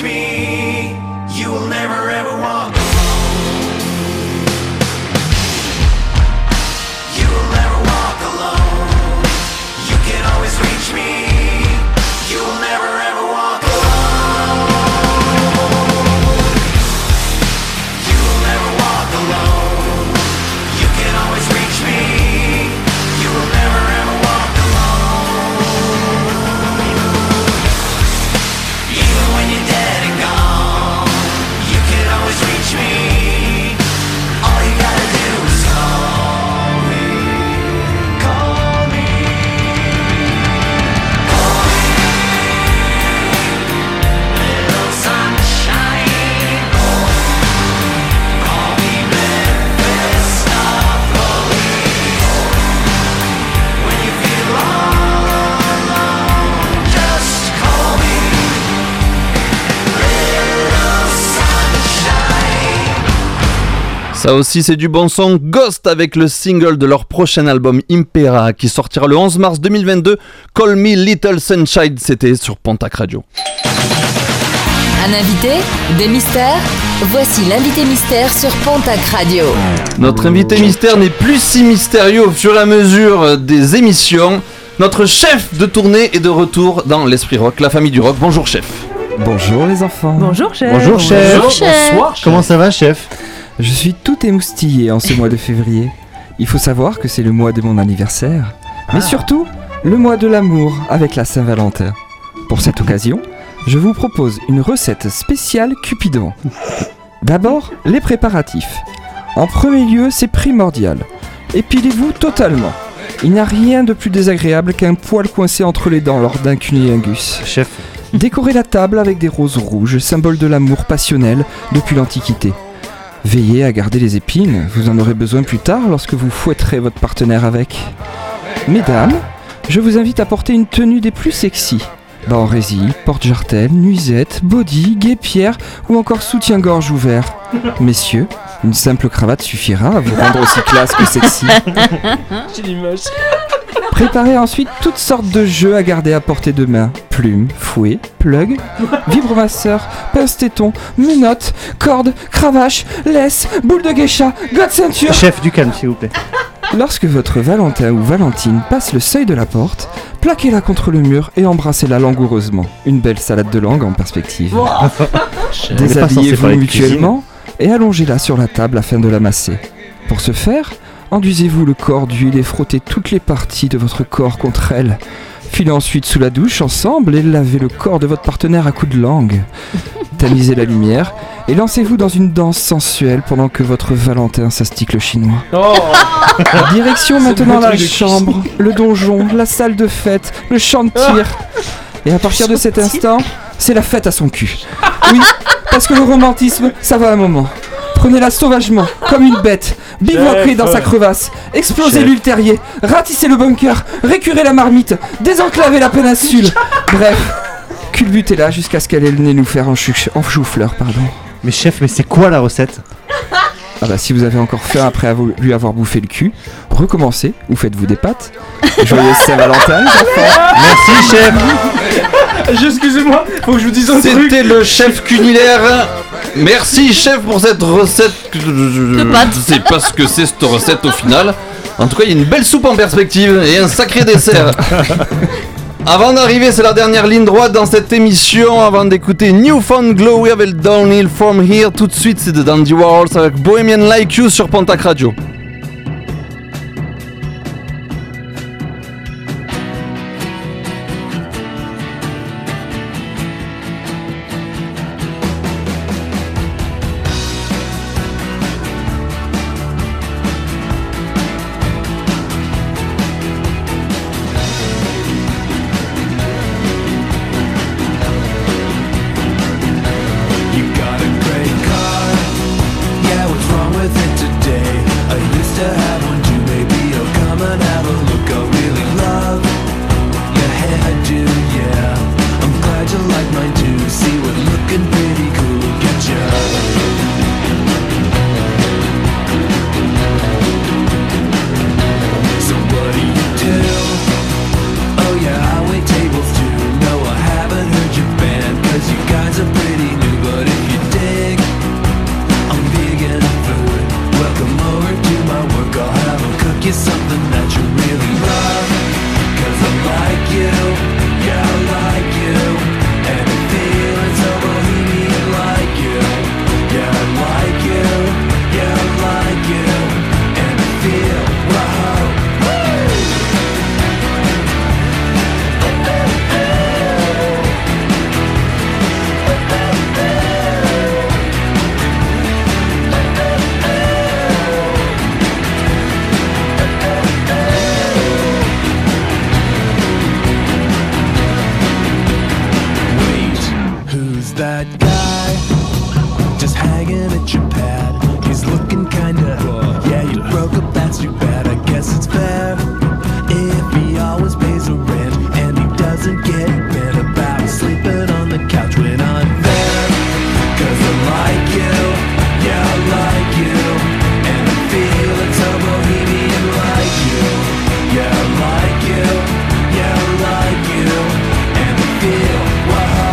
me. You will never ever walk. You will never walk alone. You can always reach me. You will never ever walk alone. You will never walk alone. You can always reach me. You will never ever walk alone. Even when you're dead and gone, you can always reach me. All you gotta do is call me. Call me. Call me. Little sunshine. Call me Memphis Napoli. When you feel all alone, just call me. Little sunshine. Ça aussi c'est du bon son. Ghost avec le single de leur prochain album Impera qui sortira le 11 mars 2022. Call Me Little Sunshine, c'était sur Pontac Radio. Un invité, des mystères. Voici l'invité mystère sur Pontac Radio. Notre invité mystère n'est plus si mystérieux au fur et à mesure des émissions. Notre chef de tournée est de retour dans l'Esprit Rock, la famille du rock. Bonjour chef. Bonjour les enfants. Bonjour chef. Bonjour chef. Bonjour, chef. Bonsoir, chef. Comment ça va chef? Je suis tout émoustillé en ce mois de février. Il faut savoir que c'est le mois de mon anniversaire, mais surtout le mois de l'amour avec la Saint-Valentin. Pour cette occasion, je vous propose une recette spéciale Cupidon. D'abord, les préparatifs. En premier lieu, c'est primordial. Épilez-vous totalement. Il n'y a rien de plus désagréable qu'un poil coincé entre les dents lors d'un cunnilingus. Chef. Décorez la table avec des roses rouges, symbole de l'amour passionnel depuis l'Antiquité. Veillez à garder les épines, vous en aurez besoin plus tard lorsque vous fouetterez votre partenaire avec. Mesdames, je vous invite à porter une tenue des plus sexy. Bas-en-résille, porte-jartel, nuisette, body, guêpière ou encore soutien-gorge ouvert. Messieurs, une simple cravate suffira à vous rendre aussi classe que sexy. J'ai l'image. Préparez ensuite toutes sortes de jeux à garder à portée de main. Plumes, fouet, plug, vibromasseur, pince-téton, menottes, cordes, cravache, laisse, boule de geisha, god ceinture. Chef, du calme s'il vous plaît. Lorsque votre Valentin ou Valentine passe le seuil de la porte, plaquez-la contre le mur et embrassez-la langoureusement. Une belle salade de langue en perspective. Déshabillez-vous mutuellement et allongez-la sur la table afin de la masser. Pour ce faire, enduisez-vous le corps d'huile et frottez toutes les parties de votre corps contre elle. Filez ensuite sous la douche ensemble et lavez le corps de votre partenaire à coups de langue. Tamisez la lumière et lancez-vous dans une danse sensuelle pendant que votre Valentin s'astique le chinois. Direction maintenant la chambre, le donjon, la salle de fête, le champ de tir. Et à partir de cet instant, c'est la fête à son cul. Oui, parce que le romantisme, ça va un moment. Prenez-la sauvagement, comme une bête, bivouaquez dans sa crevasse, explosez l'huile terrier, ratissez le bunker, récurez la marmite, désenclavez la péninsule. Bref, culbutez-la jusqu'à ce qu'elle ait le nez nous faire en chou-fleur, pardon. Mais chef, mais c'est quoi la recette? Ah bah si vous avez encore faim après lui avoir bouffé le cul, recommencez ou faites-vous des pâtes. Joyeuse Saint-Valentin, les enfants. Merci chef. Excusez-moi, faut que je vous dise un truc. C'était le chef culinaire. Merci chef pour cette recette. Je sais pas ce que c'est cette recette au final. En tout cas, il y a une belle soupe en perspective et un sacré dessert. Avant d'arriver, c'est la dernière ligne droite dans cette émission. Avant d'écouter Newfound Glory avec Downhill From Here, tout de suite c'est de Dandy Warhols avec Bohemian Like You sur Pontac Radio. You got a great car, yeah, what's wrong with it today? A guy just hanging at your pad. He's looking kinda, yeah, you broke up, that's too bad. I guess it's fair if he always pays the rent and he doesn't get bent about sleeping on the couch when I'm there. Cause I like you, yeah, I like you, and I feel it's a bohemian like you. Yeah, I like you, yeah, I like you, and I feel, whoa,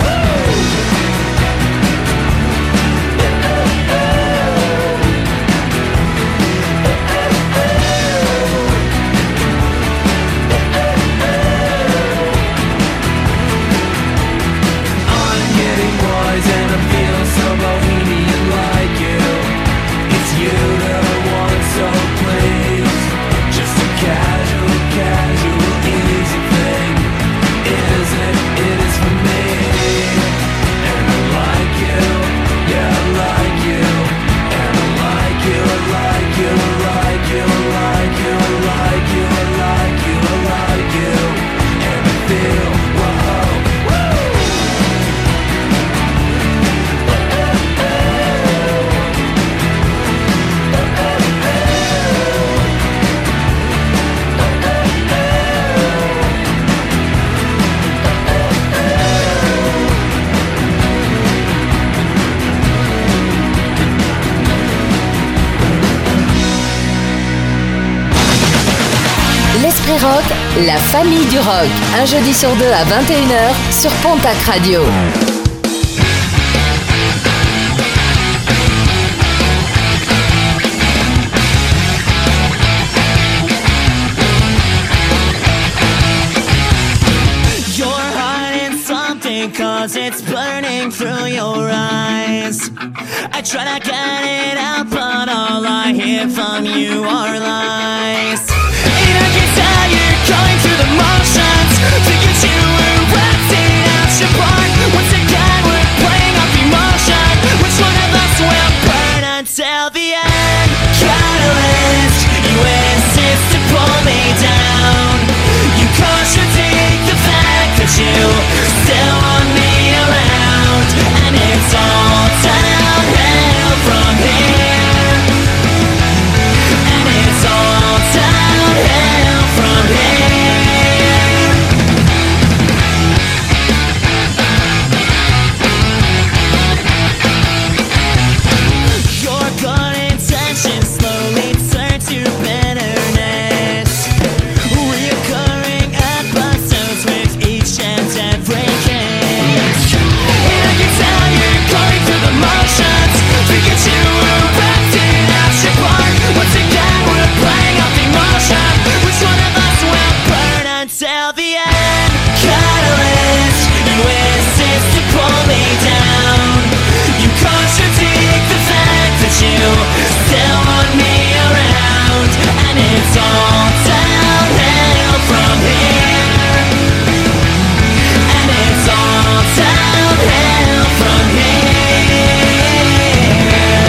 I'm getting wise and I feel so bohemian like you. It's you that I want, so please. Just a casual, easy thing. Is it? It is for me. And I like you, yeah, I like you. And I like you, I like you, I like you, I like you, I like you, I like you, I like you. And I feel, whoa, whoa. L'Esprit Rock, la famille du rock. Un jeudi sur deux à 21h sur Pontac Radio. You're hiding something cause it's burning through your eyes. I try to get it out but all I hear from you are lies. And I can tell you're going through the motions. Thinking you were acting out your part. Once again we're playing off emotion. Which one of us will burn until the end? Catalyst, you insist to pull me down. You contradict the fact that you still want me around. And it's all downhill from here. And it's all downhill from here. Your good intentions slowly turn to bitterness. Reoccurring episodes with each and every kiss. And I can tell you're going through the motions. Thinking you were acting out your part. Once again we're playing off emotion. Which one of us will burn until the end? Catalyst, you insist to pull me down. You contradict the fact that you still want me around. And it's all downhill from here. And it's all downhill from here.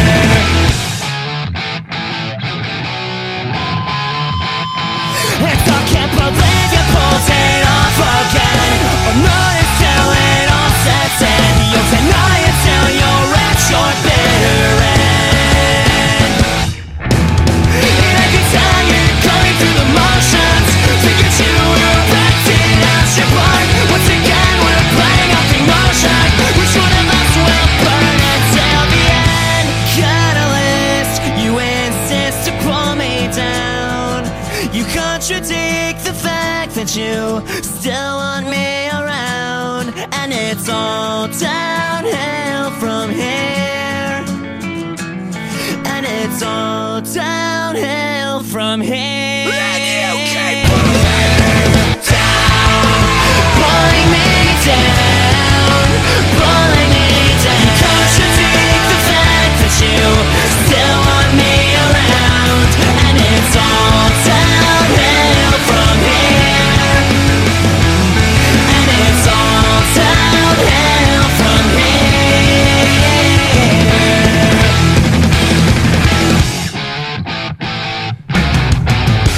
And I can't believe you pulled it off again. Oh no, it's till it all sets in. You'll deny it till you're at your bitter end. And I can tell you're going through the motions. Thinking you were acting out your part. Once again we're playing off emotion. Which one of us will burn until the end? Catalyst, you insist to pull me down. You contradict the fact that you still want me around. And it's all downhill from here. And it's all downhill from here. And you keep pulling me down, pulling me down. You contradict the fact that you still want me around. And it's all downhill from here. And it's all downhill from here.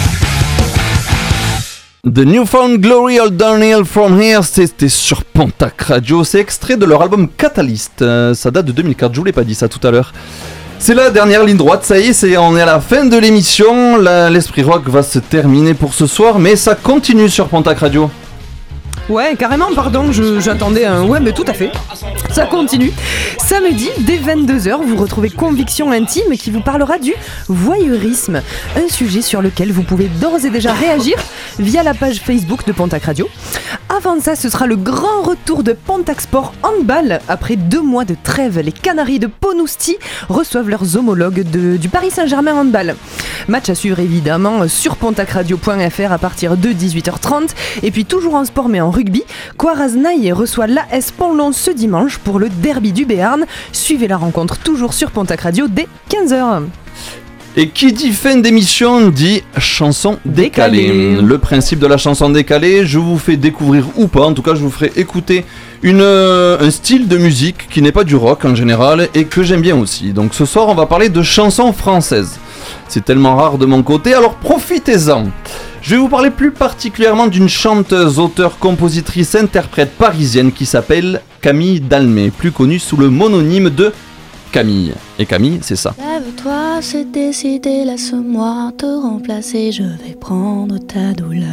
The Newfound Glory All Downhill From Here, c'était sur Pontac Radio, c'est extrait de leur album Catalyst, ça date de 2004, je vous l'ai pas dit ça tout à l'heure. C'est la dernière ligne droite, ça y est, on est à la fin de l'émission, l'Esprit Rock va se terminer pour ce soir, mais ça continue sur Pontac Radio. Ouais, carrément, pardon, j'attendais un... Ouais, mais tout à fait. Ça continue. Samedi, dès 22h, vous retrouvez Conviction Intime qui vous parlera du voyeurisme. Un sujet sur lequel vous pouvez d'ores et déjà réagir via la page Facebook de Pontac Radio. Avant ça, ce sera le grand retour de Pontac Sport Handball. Après 2 mois de trêve, les Canaries de Ponousti reçoivent leurs homologues du Paris Saint-Germain Handball. Match à suivre évidemment sur pontacradio.fr à partir de 18h30. Et puis toujours en sport mais en rugby, Coaraznaï reçoit l'AS Pont-Long ce dimanche pour le derby du Béarn. Suivez la rencontre toujours sur Pontac Radio dès 15h. Et qui dit fin d'émission dit chanson décalée. Le principe de la chanson décalée, je vous fais découvrir ou pas, en tout cas je vous ferai écouter un style de musique qui n'est pas du rock en général et que j'aime bien aussi. Donc ce soir on va parler de chansons françaises. C'est tellement rare de mon côté, alors profitez-en. Je vais vous parler plus particulièrement d'une chanteuse, auteure, compositrice, interprète parisienne qui s'appelle Camille Dalmé, plus connue sous le mononyme de Camille. Et Camille, c'est ça. Lève-toi, c'est décidé, laisse-moi te remplacer, je vais prendre ta douleur.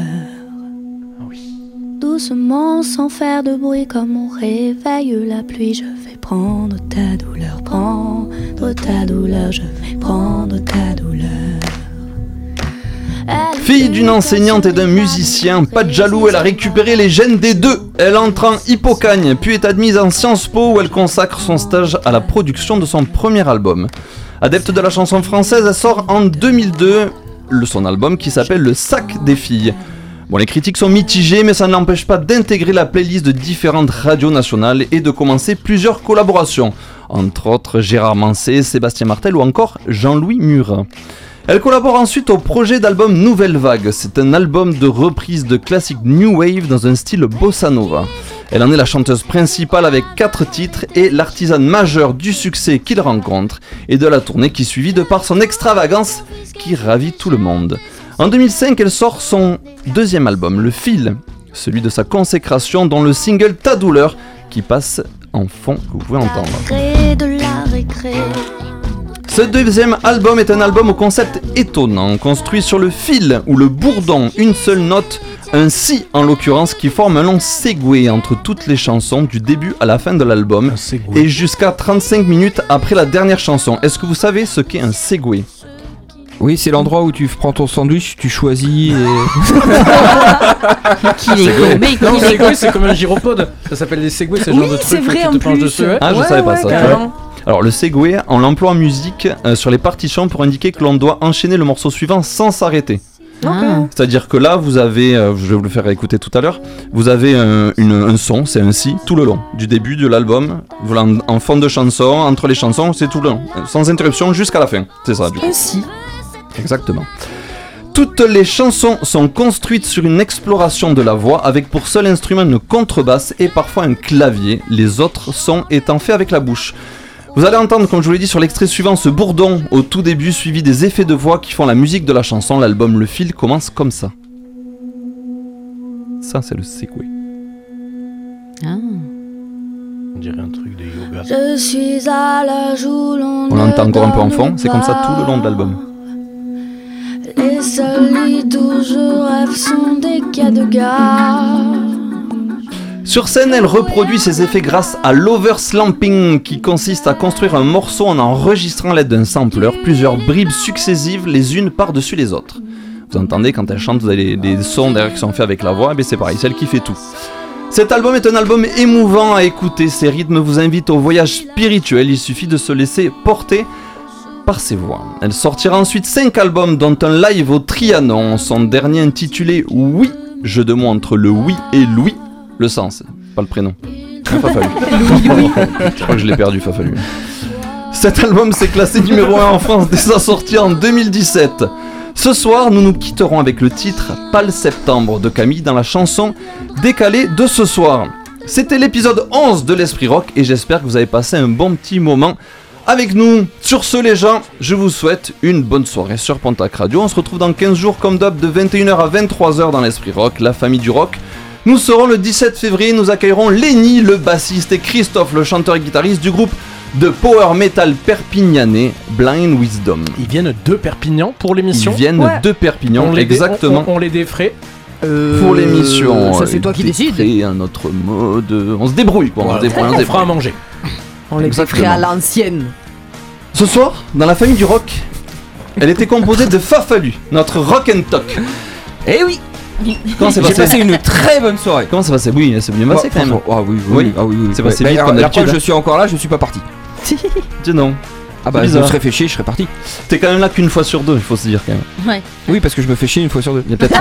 Doucement, sans faire de bruit, comme on réveille la pluie, je vais prendre ta douleur, prendre ta douleur, je vais prendre ta douleur. Fille d'une enseignante et d'un musicien, pas de jaloux, elle a récupéré les gènes des deux. Elle entre en Hippocagne, puis est admise en Sciences Po où elle consacre son stage à la production de son premier album. Adepte de la chanson française, elle sort en 2002 son album qui s'appelle Le Sac des filles. Bon, les critiques sont mitigées, mais ça ne l'empêche pas d'intégrer la playlist de différentes radios nationales et de commencer plusieurs collaborations. Entre autres Gérard Manset, Sébastien Martel ou encore Jean-Louis Murat. Elle collabore ensuite au projet d'album Nouvelle Vague. C'est un album de reprise de classiques New Wave dans un style bossa nova. Elle en est la chanteuse principale avec 4 titres et l'artisane majeure du succès qu'il rencontre et de la tournée qui suivit de par son extravagance qui ravit tout le monde. En 2005, elle sort son deuxième album, Le Fil, celui de sa consécration dont le single Ta Douleur qui passe en fond que vous pouvez entendre. Ce deuxième album est un album au concept étonnant, construit sur le fil ou le bourdon, une seule note, un si en l'occurrence, qui forme un long segway entre toutes les chansons du début à la fin de l'album et jusqu'à 35 minutes après la dernière chanson. Est-ce que vous savez ce qu'est un segway ? Oui, c'est l'endroit où tu prends ton sandwich, tu choisis et... Segway, c'est comme un gyropode. Ça s'appelle des segways, c'est le genre de truc vrai, que tu te penches dessus. Ah, je savais pas ça. Alors le segway, on l'emploie en musique sur les partitions pour indiquer que l'on doit enchaîner le morceau suivant sans s'arrêter. C'est-à-dire que là, vous avez, je vais vous le faire écouter tout à l'heure, vous avez un son, c'est un si, tout le long, du début de l'album, voilà, en fond de chanson, entre les chansons, c'est tout le long, sans interruption jusqu'à la fin, c'est ça du coup. Un si. Exactement. Toutes les chansons sont construites sur une exploration de la voix avec pour seul instrument une contrebasse et parfois un clavier, les autres sons étant faits avec la bouche. Vous allez entendre, comme je vous l'ai dit sur l'extrait suivant, ce bourdon au tout début suivi des effets de voix qui font la musique de la chanson. L'album Le Fil commence comme ça. Ça, c'est le segway. On dirait un truc de yoga. Je suis à la joue, on l'entend encore un peu en fond, c'est comme ça tout le long de l'album. Les seuls lits d'où je rêve sont des cas de gare. Sur scène, elle reproduit ses effets grâce à l'overslamping qui consiste à construire un morceau en enregistrant à l'aide d'un sampler plusieurs bribes successives les unes par-dessus les autres. Vous entendez quand elle chante, vous avez des sons derrière qui sont faits avec la voix, mais c'est pareil, c'est elle qui fait tout. Cet album est un album émouvant à écouter, ses rythmes vous invitent au voyage spirituel, il suffit de se laisser porter par ses voix. Elle sortira ensuite 5 albums dont un live au Trianon, son dernier intitulé Oui, jeu de mots entre le oui et Louis. Le sens, pas le prénom. Fafalu. Je crois que je l'ai perdu, Fafalu. Cet album s'est classé numéro 1 en France dès sa sortie en 2017. Ce soir, nous nous quitterons avec le titre Pâle Septembre de Camille dans la chanson décalée de ce soir. C'était l'épisode 11 de l'Esprit Rock et j'espère que vous avez passé un bon petit moment avec nous. Sur ce, les gens, je vous souhaite une bonne soirée sur Pontac Radio. On se retrouve dans 15 jours comme d'hab de 21h à 23h dans l'Esprit Rock, la famille du rock. Nous serons le 17 février, nous accueillerons Lenny, le bassiste, et Christophe, le chanteur et guitariste du groupe de power metal perpignanais Blind Wisdom. Ils viennent de Perpignan pour l'émission. Ils viennent de Perpignan, exactement. On les défraie. Pour l'émission. Ça, c'est toi qui décides. Et un autre mode. On se débrouille quoi. Voilà, on se fera à manger. On les défrait à l'ancienne. Ce soir, dans la famille du rock, elle était composée de Fafalu, notre rock and talk. Eh oui. Comment c'est J'ai passé? passé une très bonne soirée. Comment ça passé? Oui, c'est bien passé quand même. Ah oui. C'est passé Ouais, vite alors, comme la d'habitude. preuve, je suis encore là, je suis pas parti. Dis non. Ah bah, C'est je bizarre. serais fait chier, je serais parti. T'es quand même là qu'une fois sur deux, il faut se dire quand même. Ouais. Oui, parce que je me fais chier une fois sur deux. Il y a peut-être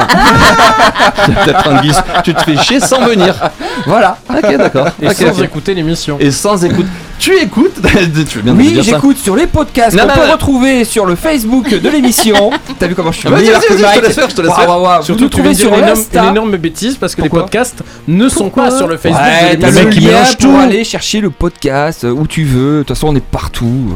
un guise. Tu te fais chier sans venir. Voilà. Ok, d'accord. Et Ok, sans ok. écouter l'émission. Et sans écoute. Tu écoutes. Tu veux bien Oui, dire ça. j'écoute sur les podcasts Non, qu'on non, peut non. retrouver sur le Facebook de l'émission. T'as vu comment je suis Vas-y, meilleur vas-y, que vas-y, Mike. je te laisse faire, je te laisse faire. Vous Surtout nous que tu viens trouvez de dire sur une Insta. énorme bêtise parce que Pourquoi les podcasts ne sont pas sur le Facebook Ouais, de t'as l'émission. le mec qui lien mélange pour tout. aller chercher le podcast où tu veux. De toute façon, on est partout.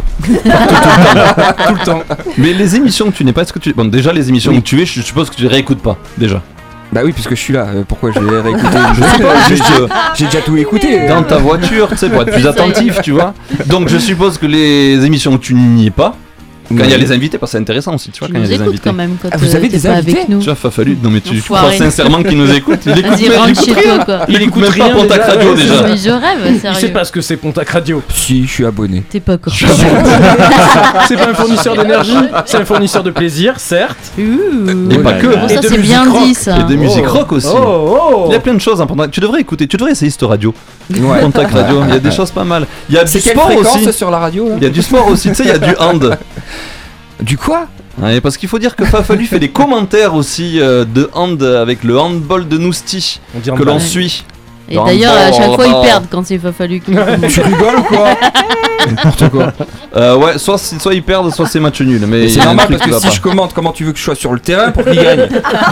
Tout le temps. Mais les émissions que tu n'es pas, est-ce que tu. Bon, déjà, les émissions Oui. où tu es, je suppose que tu les réécoutes pas, déjà. Bah oui, puisque je suis là. Pourquoi je vais réécouter Je sais pas, pas, juste, j'ai déjà tout écouté. Dans ta voiture, tu sais, pour être plus attentif, tu vois. Donc, je suppose que les émissions où tu n'y es pas, quand il y a les invités, parce que c'est intéressant aussi, tu vois, Tu quand il nous y a les écoutes invités. quand même quand vous avez t'es des pas invités avec nous. Tu vois, Fafalu, non mais tu crois Enfoiré. sincèrement qu'il nous écoute? Il écoute, Vas-y, mais il rentre écoute chez rien. toi, quoi. Il écoute même pas rien, Pontac déjà. Radio Ouais, déjà. Mais je rêve, Il sait sérieux. pas ce que c'est Pontac Radio. Si, je suis abonné. T'es pas encore. C'est pas un fournisseur d'énergie, c'est un fournisseur de plaisir, certes. Et pas que. Bon, Et ça de c'est musique bien rock. dit ça. Et de musique rock aussi. Oh. Il y a plein de choses importantes. Tu devrais écouter, tu devrais essayer cette radio. Ouais. Pontac Radio, il y a des choses pas mal. Il y a du C'est quelle sport fréquence aussi. sur la radio là Il y a du sport aussi, tu sais, il y a du hand. Du quoi Ouais, parce qu'il faut dire que Fafalu fait des commentaires aussi de hand avec le handball de Nousti On dit en que l'on bas. suit. Et d'ailleurs, à chaque fois, ils perdent quand c'est pas fallu qu'ils. Tu rigoles ou quoi N'importe quoi. Ouais, soit ils perdent, soit c'est match nul. Mais il y C'est a un normal truc parce qui que va si pas. je commente, comment tu veux que je sois sur le terrain pour qu'il gagne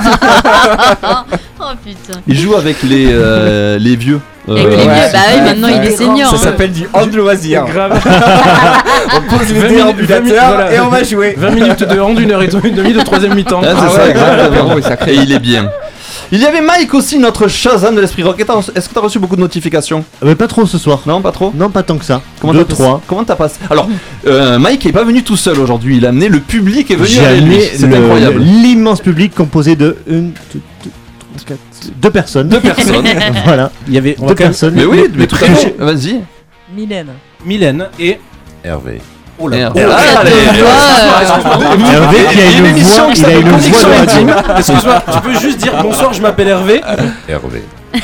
Oh putain. Il joue avec les vieux. Avec les vieux, bah oui, maintenant il est senior. Ça hein. s'appelle du hand loisir. Grave. On pose les 20 déambulateurs voilà. et on va jouer. 20 minutes de hand, 1h30 de troisième mi-temps. Ah, c'est Ah ça, ouais, exactement. ouais, sacré. Et il est bien. Il y avait Mike aussi, notre Shazam de l'Esprit Rock. Est-ce que t'as reçu beaucoup de notifications? Mais pas trop ce soir. Non, pas trop. Non, pas tant que ça. Comment 2, t'as 3. Comment t'as passé? Alors, Mike est pas venu tout seul aujourd'hui. Il a amené le public est venu J'ai avec lui. amené C'est incroyable. l'immense public composé de 2 personnes. 2 personnes. Voilà. Il y avait 2 personnes. Mais oui, mais tout à fait. Vas-y. Mylène. Mylène et Hervé. Oh là. Merde. Ça Allez, te voit, Hervé qui a Il y a une une émission voix, qui il a une s'appelle voix Connexion de radio. Intime. Excuse-moi, tu peux juste dire bonsoir, je m'appelle Hervé. Hervé.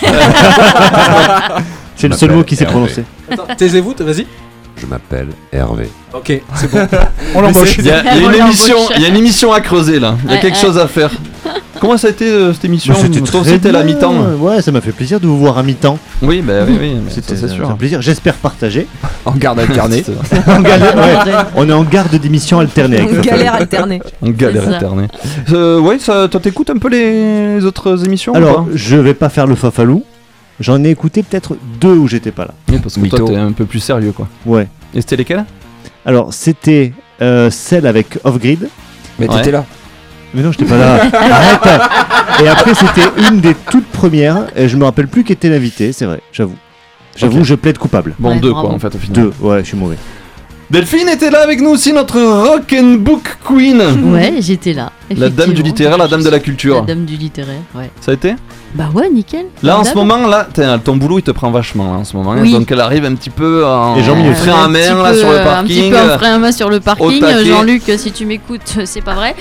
C'est le seul mot qui s'est prononcé. Taisez-vous, vas-y. Je m'appelle Hervé. Ok, c'est bon. On l'embauche. Il y a On une émission à creuser là. Il y a Ouais, quelque ouais. chose à faire. Comment ça a été cette émission? C'était Toi très aussi t'es la bien. mi-temps. Ouais, ça m'a fait plaisir de vous voir à mi-temps. Oui, bah oui, mais ça, C'était c'est sûr. un plaisir. J'espère partager. En garde alternée. En galère, ouais. On est en garde d'émission alternée avec Une Fafa. galère alternée. En galère C'est ça. alternée. Ouais, toi t'écoutes un peu les autres émissions ou Alors, pas? je vais pas faire le fafalou. J'en ai écouté peut-être 2 où j'étais pas là. Oui, parce que Mytho. toi t'es un peu plus sérieux quoi. Ouais. Et c'était lesquels? Alors, c'était celle avec Off-Grid. Mais Ouais. t'étais là. Mais non, j'étais pas là. Arrête. Et après, c'était une des toutes premières. Et je me rappelle plus qui était l'invité, c'est vrai, j'avoue. J'avoue, Ok. je plaide coupable. Bon, Ouais, 2 bravo. quoi en fait au final. 2, ouais, je suis mauvais. Delphine était là avec nous aussi, notre rock'n'book queen. Ouais, j'étais là. La dame du effectivement. littéraire, la dame de la culture. La dame du littéraire, ouais. Ça a été? Bah ouais, nickel. Là en ce Formidable. moment, là, ton boulot il te prend vachement là, en ce moment. hein. Oui. Donc elle arrive un petit peu en Et Jean-Minute. frein à Un main petit là peu, sur le Un parking. petit peu un frein à main sur le parking. taquet. Jean-Luc, si tu m'écoutes, c'est pas vrai.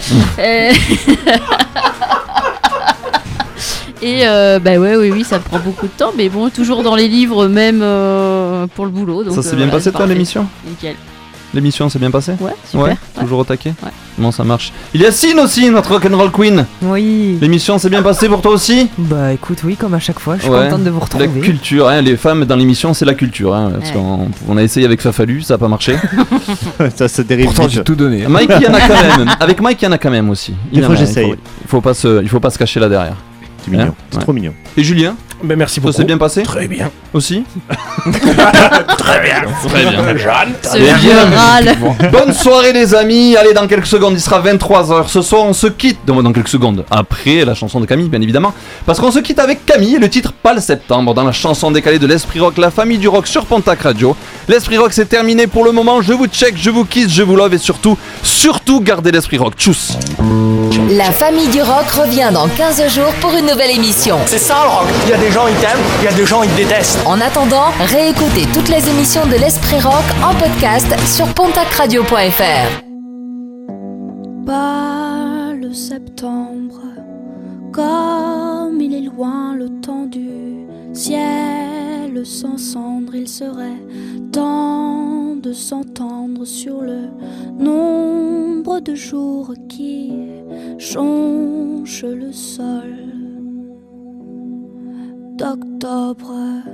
Et bah ouais, oui, ça prend beaucoup de temps, mais bon, toujours dans les livres, même pour le boulot. Donc, Ça s'est bien voilà, passé c'est toi parfait. l'émission? Nickel. L'émission s'est bien passée? Ouais, super. Ouais, toujours au taquet. Ouais. Comment ça marche? Il y a Cine aussi, notre rock'n'roll queen. Oui. L'émission s'est bien passée pour toi aussi? Bah écoute, oui, comme à chaque fois, je suis Ouais. contente de vous La retrouver. culture, hein, les femmes dans l'émission c'est la culture. Hein, parce Ouais. qu'on a essayé avec Fafalu, ça a pas marché. Ça dérive Pourtant, vite. j'ai tout donné. Mike il y en a quand même. Avec Mike il y en a quand même aussi. Des Il y en fois, a, j'essaye. Il faut pas se cacher là derrière. C'est mignon. Hein, C'est ouais. trop mignon. Et Julien? Ben merci beaucoup. Ça s'est bien passé? Très bien. Aussi? Très bien. Très bien. Jeanne. Ce vieux râle. Bonne soirée les amis. Allez, dans quelques secondes, il sera 23h. Ce soir, on se quitte. Dans quelques secondes. Après la chanson de Camille, bien évidemment. Parce qu'on se quitte avec Camille et le titre Pas le septembre dans la chanson décalée de l'Esprit Rock, la famille du rock sur Pontac Radio. L'Esprit Rock, c'est terminé pour le moment. Je vous check, je vous kiss, je vous love et surtout, gardez l'Esprit Rock. Tchuss. La famille du rock revient dans 15 jours pour une nouvelle émission. C'est ça le rock. Il y a des gens ils t'aiment, il y a des gens ils te détestent. En attendant, réécoutez toutes les émissions de l'Esprit Rock en podcast sur pontacradio.fr. Pas le septembre, comme il est loin le temps du ciel sans cendre, il serait temps de s'entendre sur le nombre de jours qui jonchent le sol. D'octobre,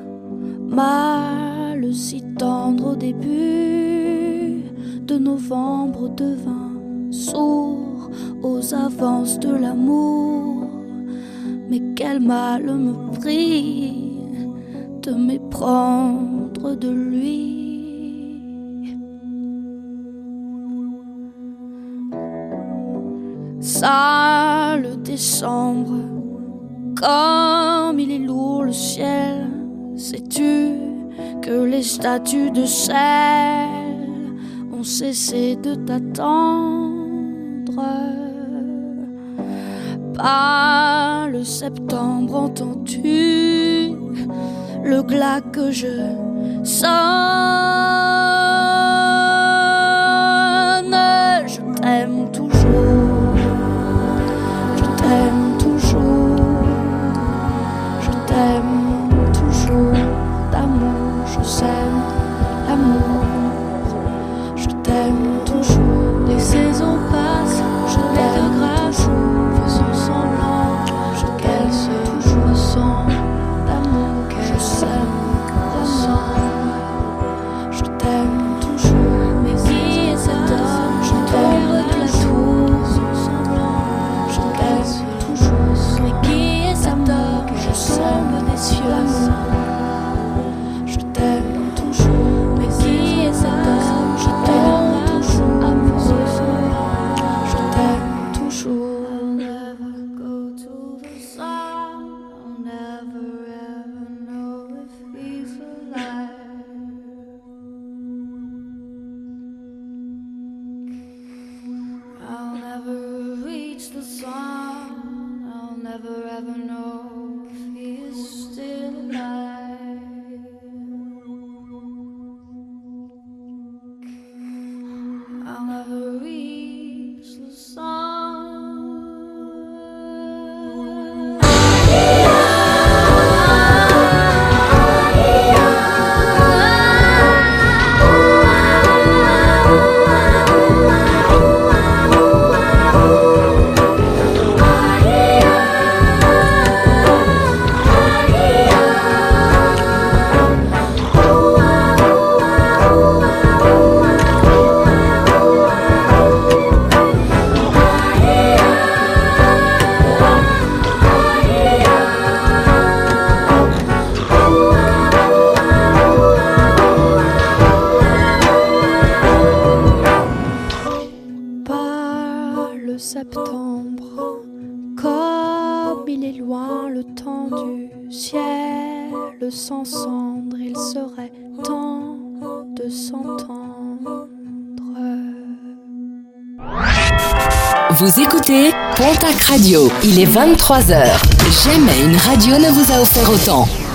mal si tendre au début de novembre devint sourd aux avances de l'amour. Mais quel mal me prit de m'éprendre de lui. Sale décembre, comme il est lourd le ciel, sais-tu que les statues de sel ont cessé de t'attendre? Pas le septembre, entends-tu le glas que je sonne? Je t'aime toujours, je t'aime toujours, je t'aime toujours d'amour, je sème l'amour, je t'aime toujours. Les saisons passent, je t'aime toujours, faisons semblant, je t'aime toujours, me sens d'amour, je sème l'amour, je t'aime toujours. Mais qui est cet homme? Je t'aime de la tour, faisons semblant, je t'aime toujours. Mais qui est cet homme? Je sème des cieux, je t'aime toujours. Mais qui est cet homme? Je t'aime toujours, amoureux, je t'aime toujours. I'll never go to the sun, I'll never ever know if he's alive. I'll never reach the sun, I'll never ever know if he is still alive. I'll never reach the sun. Pas le septembre, comme il est loin le temps du ciel sans cendre, il serait temps de s'entendre. Vous écoutez Pontac Radio, il est 23h. Jamais une radio ne vous a offert autant.